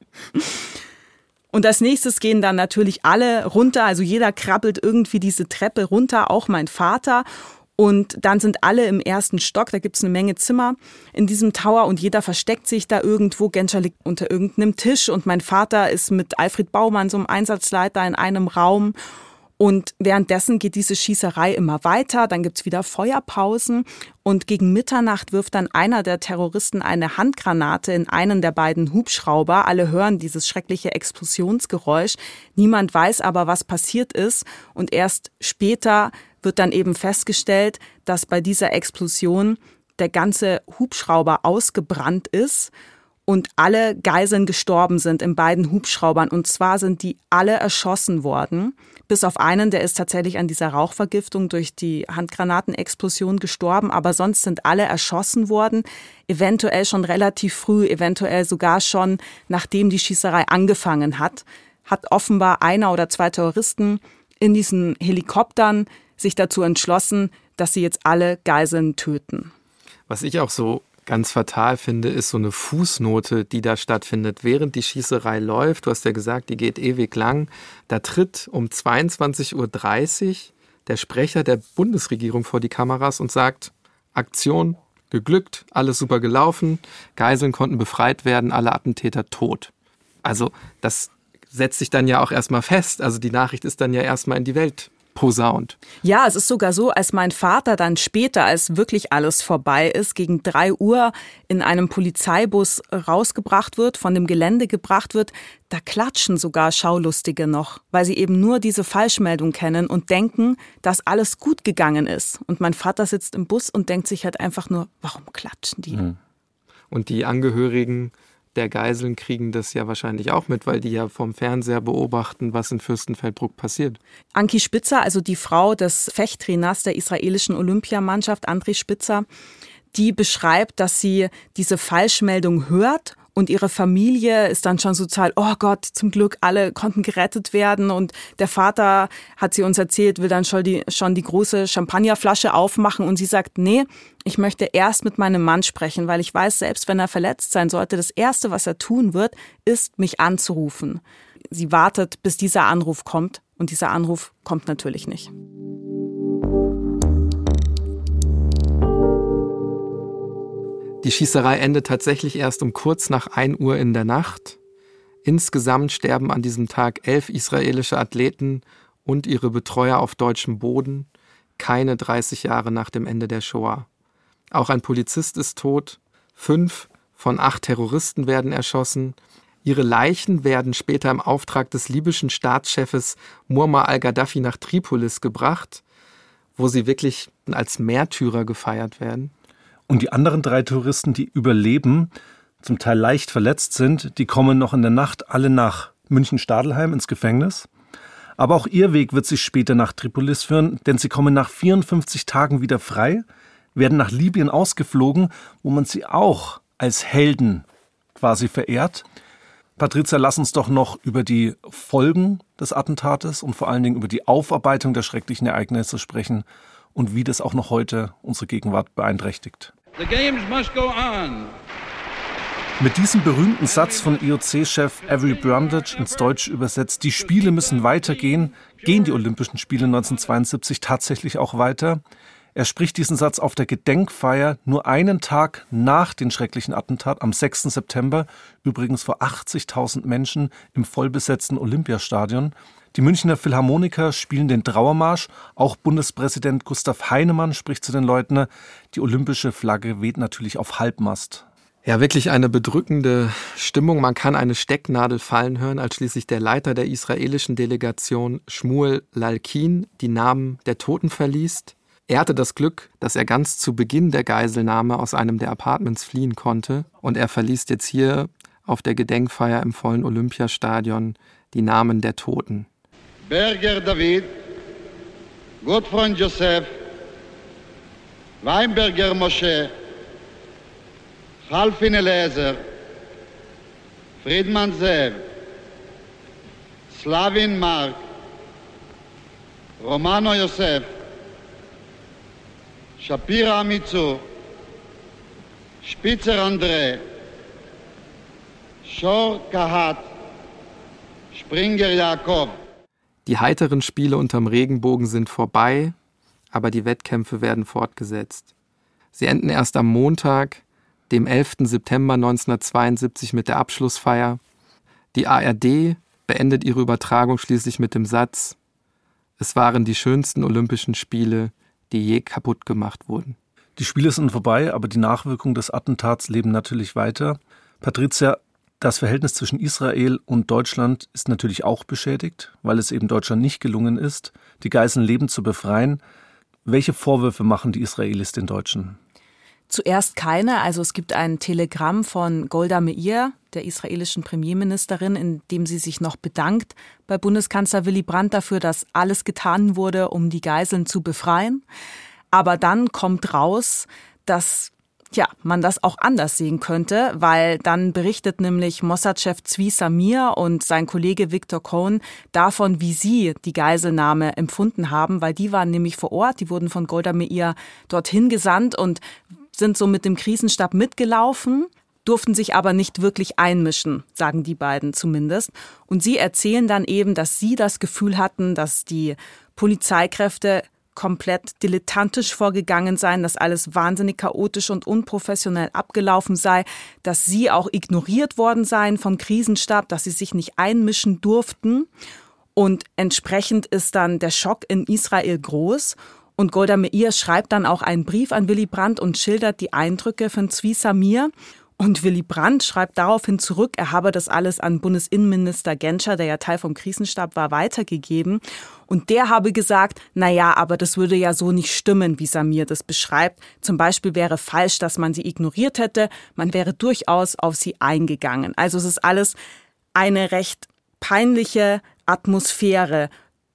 Speaker 4: Und als nächstes gehen dann natürlich alle runter, also jeder krabbelt irgendwie diese Treppe runter, auch mein Vater. Und dann sind alle im ersten Stock, da gibt's eine Menge Zimmer in diesem Tower und jeder versteckt sich da irgendwo. Genscher liegt unter irgendeinem Tisch und mein Vater ist mit Alfred Baumann, so einem Einsatzleiter, in einem Raum. Und währenddessen geht diese Schießerei immer weiter, dann gibt's wieder Feuerpausen und gegen Mitternacht wirft dann einer der Terroristen eine Handgranate in einen der beiden Hubschrauber. Alle hören dieses schreckliche Explosionsgeräusch. Niemand weiß aber, was passiert ist und erst später wird dann eben festgestellt, dass bei dieser Explosion der ganze Hubschrauber ausgebrannt ist und alle Geiseln gestorben sind in beiden Hubschraubern. Und zwar sind die alle erschossen worden, bis auf einen, der ist tatsächlich an dieser Rauchvergiftung durch die Handgranatenexplosion gestorben. Aber sonst sind alle erschossen worden, eventuell schon relativ früh, eventuell sogar schon nachdem die Schießerei angefangen hat. Hat offenbar einer oder zwei Terroristen in diesen Helikoptern sich dazu entschlossen, dass sie jetzt alle Geiseln töten.
Speaker 2: Was ich auch so ganz fatal finde, ist so eine Fußnote, die da stattfindet, während die Schießerei läuft. Du hast ja gesagt, die geht ewig lang. Da tritt um 22:30 Uhr der Sprecher der Bundesregierung vor die Kameras und sagt, Aktion geglückt, alles super gelaufen, Geiseln konnten befreit werden, alle Attentäter tot. Also das setzt sich dann ja auch erstmal fest. Also die Nachricht ist dann ja erstmal in die Welt posaunt.
Speaker 4: Ja, es ist sogar so, als mein Vater dann später, als wirklich alles vorbei ist, gegen 3 Uhr in einem Polizeibus rausgebracht wird, von dem Gelände gebracht wird, da klatschen sogar Schaulustige noch, weil sie eben nur diese Falschmeldung kennen und denken, dass alles gut gegangen ist. Und mein Vater sitzt im Bus und denkt sich halt einfach nur, warum klatschen die?
Speaker 2: Und die Angehörigen der Geiseln kriegen das ja wahrscheinlich auch mit, weil die ja vom Fernseher beobachten, was in Fürstenfeldbruck passiert.
Speaker 4: Anki Spitzer, also die Frau des Fechttrainers der israelischen Olympiamannschaft, André Spitzer, die beschreibt, dass sie diese Falschmeldung hört und ihre Familie ist dann schon so total, oh Gott, zum Glück, alle konnten gerettet werden. Und der Vater, hat sie uns erzählt, will dann schon die große Champagnerflasche aufmachen. Und sie sagt, nee, ich möchte erst mit meinem Mann sprechen, weil ich weiß, selbst wenn er verletzt sein sollte, das Erste, was er tun wird, ist, mich anzurufen. Sie wartet, bis dieser Anruf kommt. Und dieser Anruf kommt natürlich nicht.
Speaker 2: Die Schießerei endet tatsächlich erst um kurz nach 1 Uhr in der Nacht. Insgesamt sterben an diesem Tag 11 israelische Athleten und ihre Betreuer auf deutschem Boden, keine 30 Jahre nach dem Ende der Shoah. Auch ein Polizist ist tot, 5 von 8 Terroristen werden erschossen. Ihre Leichen werden später im Auftrag des libyschen Staatschefs Muammar al-Gaddafi nach Tripolis gebracht, wo sie wirklich als Märtyrer gefeiert werden.
Speaker 1: Und die anderen 3 Touristen, die überleben, zum Teil leicht verletzt sind, die kommen noch in der Nacht alle nach München-Stadelheim ins Gefängnis. Aber auch ihr Weg wird sich später nach Tripolis führen, denn sie kommen nach 54 Tagen wieder frei, werden nach Libyen ausgeflogen, wo man sie auch als Helden quasi verehrt. Patricia, lass uns doch noch über die Folgen des Attentates und vor allen Dingen über die Aufarbeitung der schrecklichen Ereignisse sprechen und wie das auch noch heute unsere Gegenwart beeinträchtigt.
Speaker 6: The games must go on.
Speaker 1: Mit diesem berühmten Satz von IOC-Chef Avery Brundage ins Deutsche übersetzt, die Spiele müssen weitergehen, gehen die Olympischen Spiele 1972 tatsächlich auch weiter. Er spricht diesen Satz auf der Gedenkfeier nur einen Tag nach dem schrecklichen Attentat am 6. September, übrigens vor 80.000 Menschen im vollbesetzten Olympiastadion. Die Münchner Philharmoniker spielen den Trauermarsch. Auch Bundespräsident Gustav Heinemann spricht zu den Leuten. Die olympische Flagge weht natürlich auf Halbmast.
Speaker 2: Ja, wirklich eine bedrückende Stimmung. Man kann eine Stecknadel fallen hören, als schließlich der Leiter der israelischen Delegation Shmuel Lalkin die Namen der Toten verliest. Er hatte das Glück, dass er ganz zu Beginn der Geiselnahme aus einem der Apartments fliehen konnte und er verliest jetzt hier auf der Gedenkfeier im vollen Olympiastadion die Namen der Toten.
Speaker 6: Berger David, Gottfreund Josef, Weinberger Moshe, Halfin Eliezer, Friedman Zev, Slavin Mark, Romano Yosef, Shapira Amitzu, Spitzer André, Shor Kahat, Springer Jakob.
Speaker 2: Die heiteren Spiele unterm Regenbogen sind vorbei, aber die Wettkämpfe werden fortgesetzt. Sie enden erst am Montag, dem 11. September 1972 mit der Abschlussfeier. Die ARD beendet ihre Übertragung schließlich mit dem Satz: Es waren die schönsten Olympischen Spiele, die je kaputt gemacht wurden.
Speaker 1: Die Spiele sind vorbei, aber die Nachwirkungen des Attentats leben natürlich weiter. Patricia, das Verhältnis zwischen Israel und Deutschland ist natürlich auch beschädigt, weil es eben Deutschland nicht gelungen ist, die Geiseln lebend zu befreien. Welche Vorwürfe machen die Israelis den Deutschen?
Speaker 4: Zuerst keine. Also es gibt ein Telegramm von Golda Meir, der israelischen Premierministerin, in dem sie sich noch bedankt bei Bundeskanzler Willy Brandt dafür, dass alles getan wurde, um die Geiseln zu befreien. Aber dann kommt raus, dass man das auch anders sehen könnte, weil dann berichtet nämlich Mossad-Chef Zvi Samir und sein Kollege Victor Cohen davon, wie sie die Geiselnahme empfunden haben, weil die waren nämlich vor Ort, die wurden von Golda Meir dorthin gesandt und sind so mit dem Krisenstab mitgelaufen, durften sich aber nicht wirklich einmischen, sagen die beiden zumindest. Und sie erzählen dann eben, dass sie das Gefühl hatten, dass die Polizeikräfte komplett dilettantisch vorgegangen seien, dass alles wahnsinnig chaotisch und unprofessionell abgelaufen sei, dass sie auch ignoriert worden seien vom Krisenstab, dass sie sich nicht einmischen durften. Und entsprechend ist dann der Schock in Israel groß. Und Golda Meir schreibt dann auch einen Brief an Willy Brandt und schildert die Eindrücke von Zvi Samir. Und Willy Brandt schreibt daraufhin zurück, er habe das alles an Bundesinnenminister Genscher, der ja Teil vom Krisenstab war, weitergegeben. Und der habe gesagt, aber das würde ja so nicht stimmen, wie Samir das beschreibt. Zum Beispiel wäre falsch, dass man sie ignoriert hätte. Man wäre durchaus auf sie eingegangen. Also es ist alles eine recht peinliche Atmosphäre.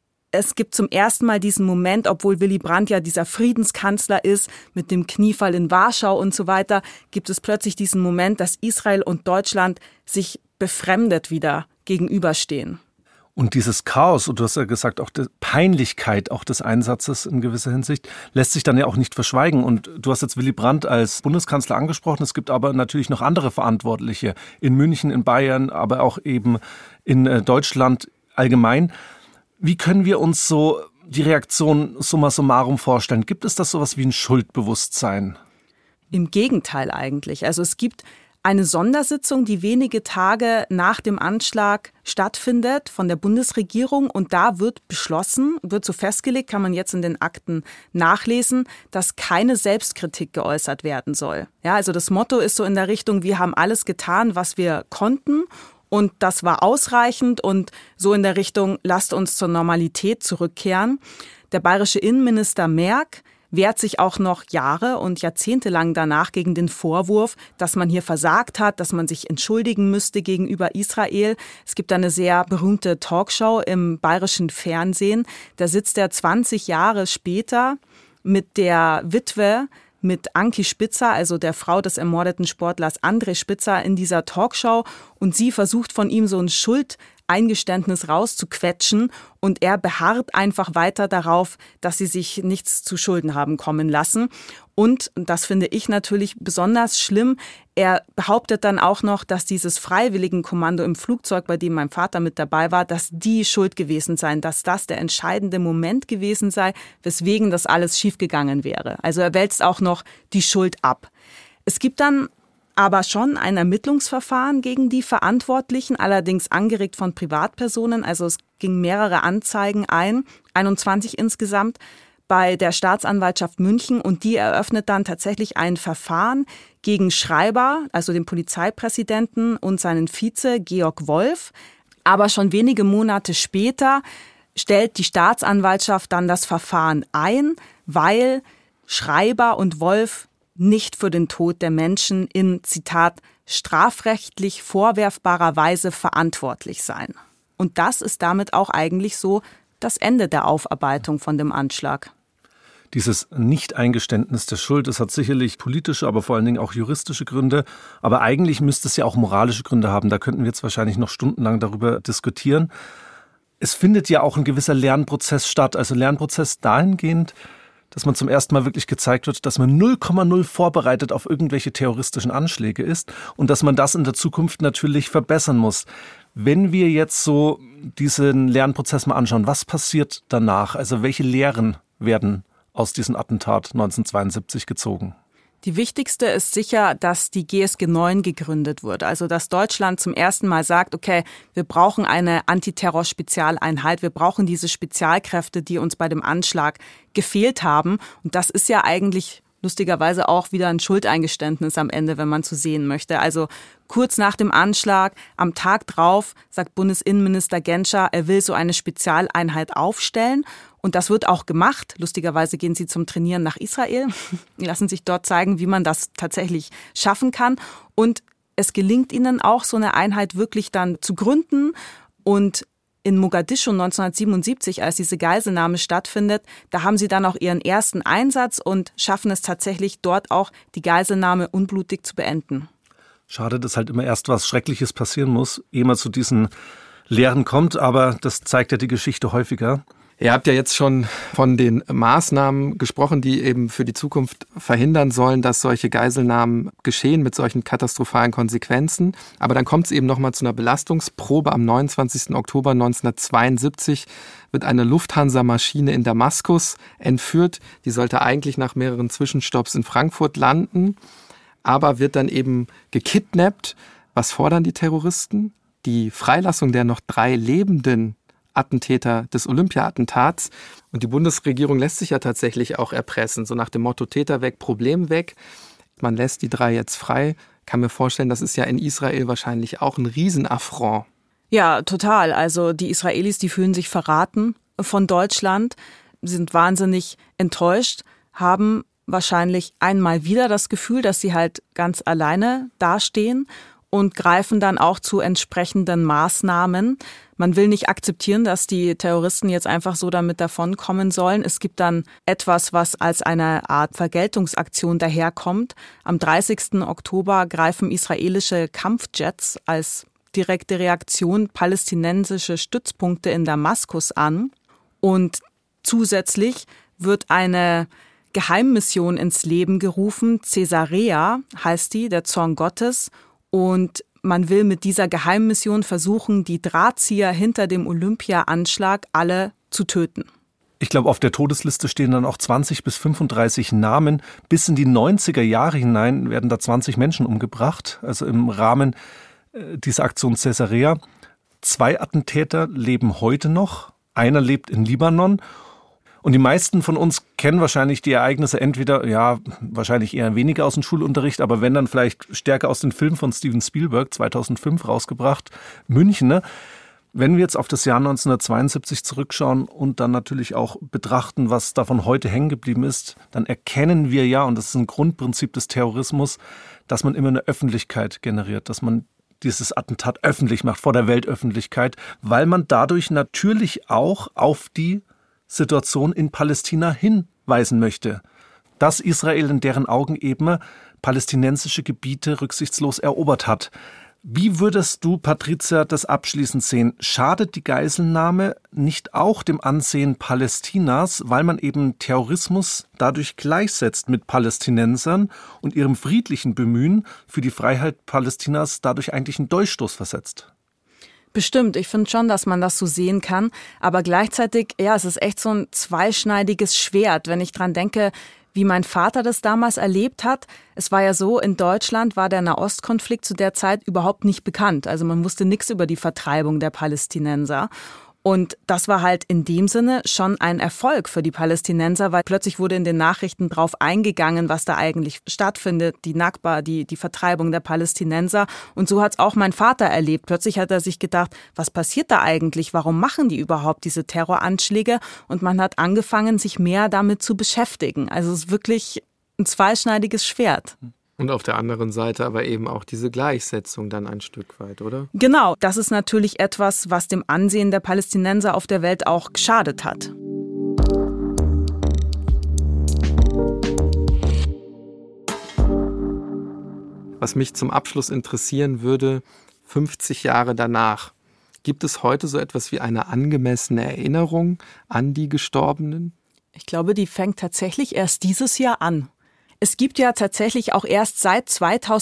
Speaker 4: Es gibt zum ersten Mal diesen Moment, obwohl Willy Brandt ja dieser Friedenskanzler ist, mit dem Kniefall in Warschau und so weiter, gibt es plötzlich diesen Moment, dass Israel und Deutschland sich befremdet wieder gegenüberstehen.
Speaker 1: Und dieses Chaos, und du hast ja gesagt, auch die Peinlichkeit auch des Einsatzes in gewisser Hinsicht, lässt sich dann ja auch nicht verschweigen. Und du hast jetzt Willy Brandt als Bundeskanzler angesprochen. Es gibt aber natürlich noch andere Verantwortliche in München, in Bayern, aber auch eben in Deutschland allgemein. Wie können wir uns so die Reaktion summa summarum vorstellen? Gibt es das sowas wie ein Schuldbewusstsein?
Speaker 4: Im Gegenteil eigentlich. Also es gibt eine Sondersitzung, die wenige Tage nach dem Anschlag stattfindet von der Bundesregierung. Und da wird beschlossen, wird so festgelegt, kann man jetzt in den Akten nachlesen, dass keine Selbstkritik geäußert werden soll. Ja, also das Motto ist so in der Richtung, wir haben alles getan, was wir konnten. Und das war ausreichend und so in der Richtung, lasst uns zur Normalität zurückkehren. Der bayerische Innenminister Merk wehrt sich auch noch Jahre und Jahrzehnte lang danach gegen den Vorwurf, dass man hier versagt hat, dass man sich entschuldigen müsste gegenüber Israel. Es gibt eine sehr berühmte Talkshow im bayerischen Fernsehen. Da sitzt er 20 Jahre später mit der Witwe, mit Anki Spitzer, also der Frau des ermordeten Sportlers André Spitzer, in dieser Talkshow. Und sie versucht von ihm so ein Schuldeingeständnis rauszuquetschen. Und er beharrt einfach weiter darauf, dass sie sich nichts zu Schulden haben kommen lassen. Und das finde ich natürlich besonders schlimm. Er behauptet dann auch noch, dass dieses Freiwilligenkommando im Flugzeug, bei dem mein Vater mit dabei war, dass die schuld gewesen seien, dass das der entscheidende Moment gewesen sei, weswegen das alles schiefgegangen wäre. Also er wälzt auch noch die Schuld ab. Es gibt dann aber schon ein Ermittlungsverfahren gegen die Verantwortlichen, allerdings angeregt von Privatpersonen. Also es ging mehrere Anzeigen ein, 21 insgesamt, bei der Staatsanwaltschaft München und die eröffnet dann tatsächlich ein Verfahren gegen Schreiber, also den Polizeipräsidenten und seinen Vize Georg Wolf. Aber schon wenige Monate später stellt die Staatsanwaltschaft dann das Verfahren ein, weil Schreiber und Wolf nicht für den Tod der Menschen in, Zitat, strafrechtlich vorwerfbarer Weise verantwortlich seien. Und das ist damit auch eigentlich so das Ende der Aufarbeitung von dem Anschlag.
Speaker 1: Dieses Nicht-Eingeständnis der Schuld, das hat sicherlich politische, aber vor allen Dingen auch juristische Gründe. Aber eigentlich müsste es ja auch moralische Gründe haben. Da könnten wir jetzt wahrscheinlich noch stundenlang darüber diskutieren. Es findet ja auch ein gewisser Lernprozess statt. Also Lernprozess dahingehend, dass man zum ersten Mal wirklich gezeigt wird, dass man 0,0 vorbereitet auf irgendwelche terroristischen Anschläge ist und dass man das in der Zukunft natürlich verbessern muss. Wenn wir jetzt so diesen Lernprozess mal anschauen, was passiert danach? Also welche Lehren werden aus diesem Attentat 1972 gezogen?
Speaker 4: Die wichtigste ist sicher, dass die GSG 9 gegründet wurde. Also dass Deutschland zum ersten Mal sagt, okay, wir brauchen eine Antiterror-Spezialeinheit, wir brauchen diese Spezialkräfte, die uns bei dem Anschlag gefehlt haben. Und das ist ja eigentlich lustigerweise auch wieder ein Schuldeingeständnis am Ende, wenn man so sehen möchte. Also kurz nach dem Anschlag, am Tag drauf, sagt Bundesinnenminister Genscher, er will so eine Spezialeinheit aufstellen. Und das wird auch gemacht. Lustigerweise gehen sie zum Trainieren nach Israel, lassen sich dort zeigen, wie man das tatsächlich schaffen kann. Und es gelingt ihnen auch, so eine Einheit wirklich dann zu gründen. Und in Mogadischu 1977, als diese Geiselnahme stattfindet, da haben sie dann auch ihren ersten Einsatz und schaffen es tatsächlich, dort auch die Geiselnahme unblutig zu beenden.
Speaker 1: Schade, dass halt immer erst was Schreckliches passieren muss, ehe man zu diesen Lehren kommt. Aber das zeigt ja die Geschichte häufiger.
Speaker 2: Ihr habt ja jetzt schon von den Maßnahmen gesprochen, die eben für die Zukunft verhindern sollen, dass solche Geiselnahmen geschehen mit solchen katastrophalen Konsequenzen. Aber dann kommt es eben nochmal zu einer Belastungsprobe. Am 29. Oktober 1972 wird eine Lufthansa-Maschine in Damaskus entführt. Die sollte eigentlich nach mehreren Zwischenstopps in Frankfurt landen, aber wird dann eben gekidnappt. Was fordern die Terroristen? Die Freilassung der noch 3 lebenden Attentäter des Olympia-Attentats. Und die Bundesregierung lässt sich ja tatsächlich auch erpressen, so nach dem Motto Täter weg, Problem weg. Man lässt die 3 jetzt frei. Kann mir vorstellen, das ist ja in Israel wahrscheinlich auch ein Riesenaffront.
Speaker 4: Ja, total. Also die Israelis, die fühlen sich verraten von Deutschland, sind wahnsinnig enttäuscht, haben wahrscheinlich einmal wieder das Gefühl, dass sie halt ganz alleine dastehen und greifen dann auch zu entsprechenden Maßnahmen. Man will nicht akzeptieren, dass die Terroristen jetzt einfach so damit davonkommen sollen. Es gibt dann etwas, was als eine Art Vergeltungsaktion daherkommt. Am 30. Oktober greifen israelische Kampfjets als direkte Reaktion palästinensische Stützpunkte in Damaskus an. Und zusätzlich wird eine Geheimmission ins Leben gerufen. Caesarea heißt die, der Zorn Gottes. Und man will mit dieser Geheimmission versuchen, die Drahtzieher hinter dem Olympia-Anschlag alle zu töten.
Speaker 1: Ich glaube, auf der Todesliste stehen dann auch 20 bis 35 Namen. Bis in die 90er Jahre hinein werden da 20 Menschen umgebracht, also im Rahmen dieser Aktion Caesarea. 2 Attentäter leben heute noch, einer lebt in Libanon. Und die meisten von uns kennen wahrscheinlich die Ereignisse entweder, ja, wahrscheinlich eher weniger aus dem Schulunterricht, aber wenn dann vielleicht stärker aus dem Film von Steven Spielberg, 2005 rausgebracht, München. Ne? Wenn wir jetzt auf das Jahr 1972 zurückschauen und dann natürlich auch betrachten, was davon heute hängen geblieben ist, dann erkennen wir ja, und das ist ein Grundprinzip des Terrorismus, dass man immer eine Öffentlichkeit generiert, dass man dieses Attentat öffentlich macht, vor der Weltöffentlichkeit, weil man dadurch natürlich auch auf die Situation in Palästina hinweisen möchte, dass Israel in deren Augen eben palästinensische Gebiete rücksichtslos erobert hat. Wie würdest du, Patricia, das abschließend sehen? Schadet die Geiselnahme nicht auch dem Ansehen Palästinas, weil man eben Terrorismus dadurch gleichsetzt mit Palästinensern und ihrem friedlichen Bemühen für die Freiheit Palästinas dadurch eigentlich einen Durchstoß versetzt?
Speaker 4: Bestimmt, ich finde schon, dass man das so sehen kann, aber gleichzeitig, ja, es ist echt so ein zweischneidiges Schwert, wenn ich dran denke, wie mein Vater das damals erlebt hat. Es war ja so, in Deutschland war der Nahostkonflikt zu der Zeit überhaupt nicht bekannt, also man wusste nichts über die Vertreibung der Palästinenser. Und das war halt in dem Sinne schon ein Erfolg für die Palästinenser, weil plötzlich wurde in den Nachrichten drauf eingegangen, was da eigentlich stattfindet, die Nakba, die Vertreibung der Palästinenser. Und so hat es auch mein Vater erlebt. Plötzlich hat er sich gedacht, was passiert da eigentlich? Warum machen die überhaupt diese Terroranschläge? Und man hat angefangen, sich mehr damit zu beschäftigen. Also es ist wirklich ein zweischneidiges Schwert.
Speaker 2: Und auf der anderen Seite aber eben auch diese Gleichsetzung dann ein Stück weit, oder?
Speaker 4: Genau, das ist natürlich etwas, was dem Ansehen der Palästinenser auf der Welt auch geschadet hat.
Speaker 2: Was mich zum Abschluss interessieren würde, 50 Jahre danach, gibt es heute so etwas wie eine angemessene Erinnerung an die Gestorbenen?
Speaker 4: Ich glaube, die fängt tatsächlich erst dieses Jahr an. Es gibt ja tatsächlich auch erst seit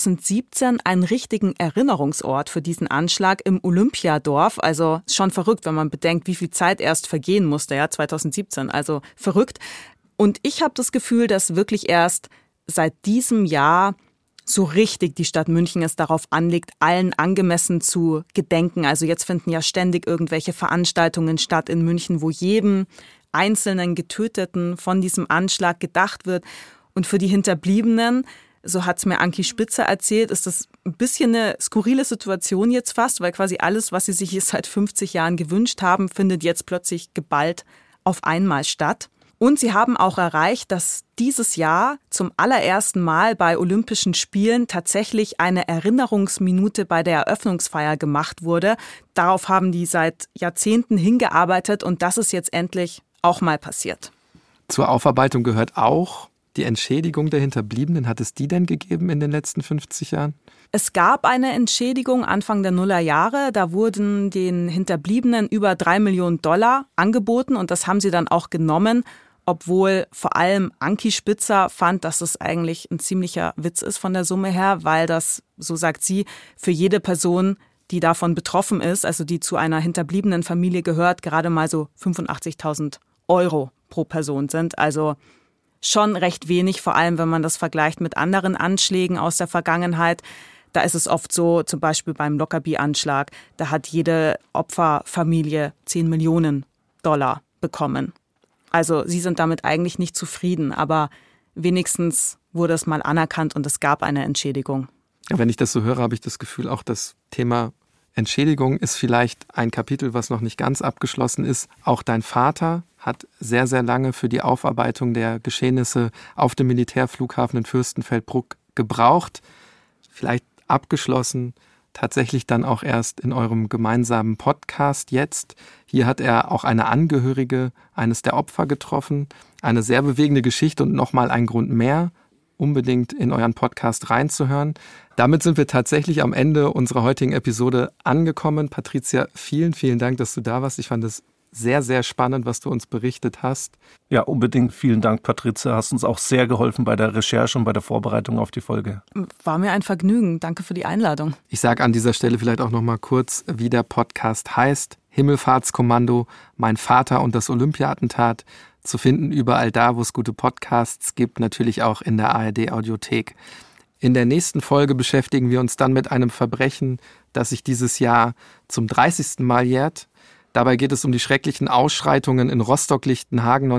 Speaker 4: 2017 einen richtigen Erinnerungsort für diesen Anschlag im Olympiadorf. Also schon verrückt, wenn man bedenkt, wie viel Zeit erst vergehen musste, ja, 2017. Also verrückt. Und ich habe das Gefühl, dass wirklich erst seit diesem Jahr so richtig die Stadt München es darauf anlegt, allen angemessen zu gedenken. Also jetzt finden ja ständig irgendwelche Veranstaltungen statt in München, wo jedem einzelnen Getöteten von diesem Anschlag gedacht wird. Und für die Hinterbliebenen, so hat es mir Anki Spitzer erzählt, ist das ein bisschen eine skurrile Situation jetzt fast, weil quasi alles, was sie sich hier seit 50 Jahren gewünscht haben, findet jetzt plötzlich geballt auf einmal statt. Und sie haben auch erreicht, dass dieses Jahr zum allerersten Mal bei Olympischen Spielen tatsächlich eine Erinnerungsminute bei der Eröffnungsfeier gemacht wurde. Darauf haben die seit Jahrzehnten hingearbeitet und das ist jetzt endlich auch mal passiert.
Speaker 2: Zur Aufarbeitung gehört auch die Entschädigung der Hinterbliebenen. Hat es die denn gegeben in den letzten 50 Jahren?
Speaker 4: Es gab eine Entschädigung Anfang der Nullerjahre. Da wurden den Hinterbliebenen über $3 Millionen angeboten und das haben sie dann auch genommen, obwohl vor allem Anki Spitzer fand, dass es eigentlich ein ziemlicher Witz ist von der Summe her, weil das, so sagt sie, für jede Person, die davon betroffen ist, also die zu einer hinterbliebenen Familie gehört, gerade mal so 85.000 € pro Person sind. Also schon recht wenig, vor allem wenn man das vergleicht mit anderen Anschlägen aus der Vergangenheit. Da ist es oft so, zum Beispiel beim Lockerbie-Anschlag, da hat jede Opferfamilie $10 Millionen bekommen. Also sie sind damit eigentlich nicht zufrieden, aber wenigstens wurde es mal anerkannt und es gab eine Entschädigung.
Speaker 2: Ja, wenn ich das so höre, habe ich das Gefühl, auch das Thema Entschädigung ist vielleicht ein Kapitel, was noch nicht ganz abgeschlossen ist. Auch dein Vater hat sehr, sehr lange für die Aufarbeitung der Geschehnisse auf dem Militärflughafen in Fürstenfeldbruck gebraucht. Vielleicht abgeschlossen tatsächlich dann auch erst in eurem gemeinsamen Podcast jetzt. Hier hat er auch eine Angehörige eines der Opfer getroffen. Eine sehr bewegende Geschichte und nochmal ein Grund mehr, unbedingt in euren Podcast reinzuhören. Damit sind wir tatsächlich am Ende unserer heutigen Episode angekommen. Patricia, vielen, vielen Dank, dass du da warst. Ich fand es sehr, sehr spannend, was du uns berichtet hast.
Speaker 1: Ja, unbedingt. Vielen Dank, Patricia. Hast uns auch sehr geholfen bei der Recherche und bei der Vorbereitung auf die Folge.
Speaker 4: War mir ein Vergnügen. Danke für die Einladung.
Speaker 2: Ich sage an dieser Stelle vielleicht auch noch mal kurz, wie der Podcast heißt. Himmelfahrtskommando, mein Vater und das Olympia-Attentat. Zu finden überall da, wo es gute Podcasts gibt, natürlich auch in der ARD-Audiothek. In der nächsten Folge beschäftigen wir uns dann mit einem Verbrechen, das sich dieses Jahr zum 30. Mal jährt. Dabei geht es um die schrecklichen Ausschreitungen in Rostock-Lichtenhagen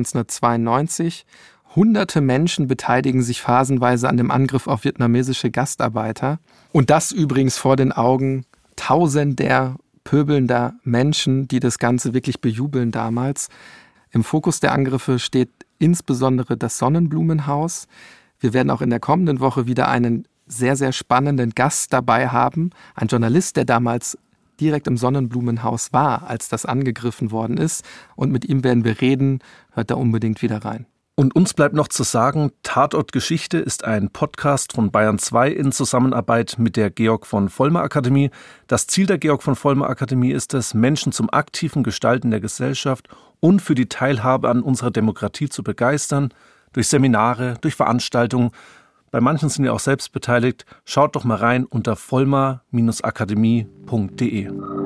Speaker 2: 1992. Hunderte Menschen beteiligen sich phasenweise an dem Angriff auf vietnamesische Gastarbeiter. Und das übrigens vor den Augen tausender pöbelnder Menschen, die das Ganze wirklich bejubeln damals. Im Fokus der Angriffe steht insbesondere das Sonnenblumenhaus. Wir werden auch in der kommenden Woche wieder einen sehr, sehr spannenden Gast dabei haben. Ein Journalist, der damals direkt im Sonnenblumenhaus war, als das angegriffen worden ist. Und mit ihm werden wir reden. Hört da unbedingt wieder rein.
Speaker 1: Und uns bleibt noch zu sagen, Tatort Geschichte ist ein Podcast von Bayern 2 in Zusammenarbeit mit der Georg von Vollmer Akademie. Das Ziel der Georg von Vollmer Akademie ist es, Menschen zum aktiven Gestalten der Gesellschaft und für die Teilhabe an unserer Demokratie zu begeistern, durch Seminare, durch Veranstaltungen. Bei manchen sind wir auch selbst beteiligt. Schaut doch mal rein unter vollmer-akademie.de.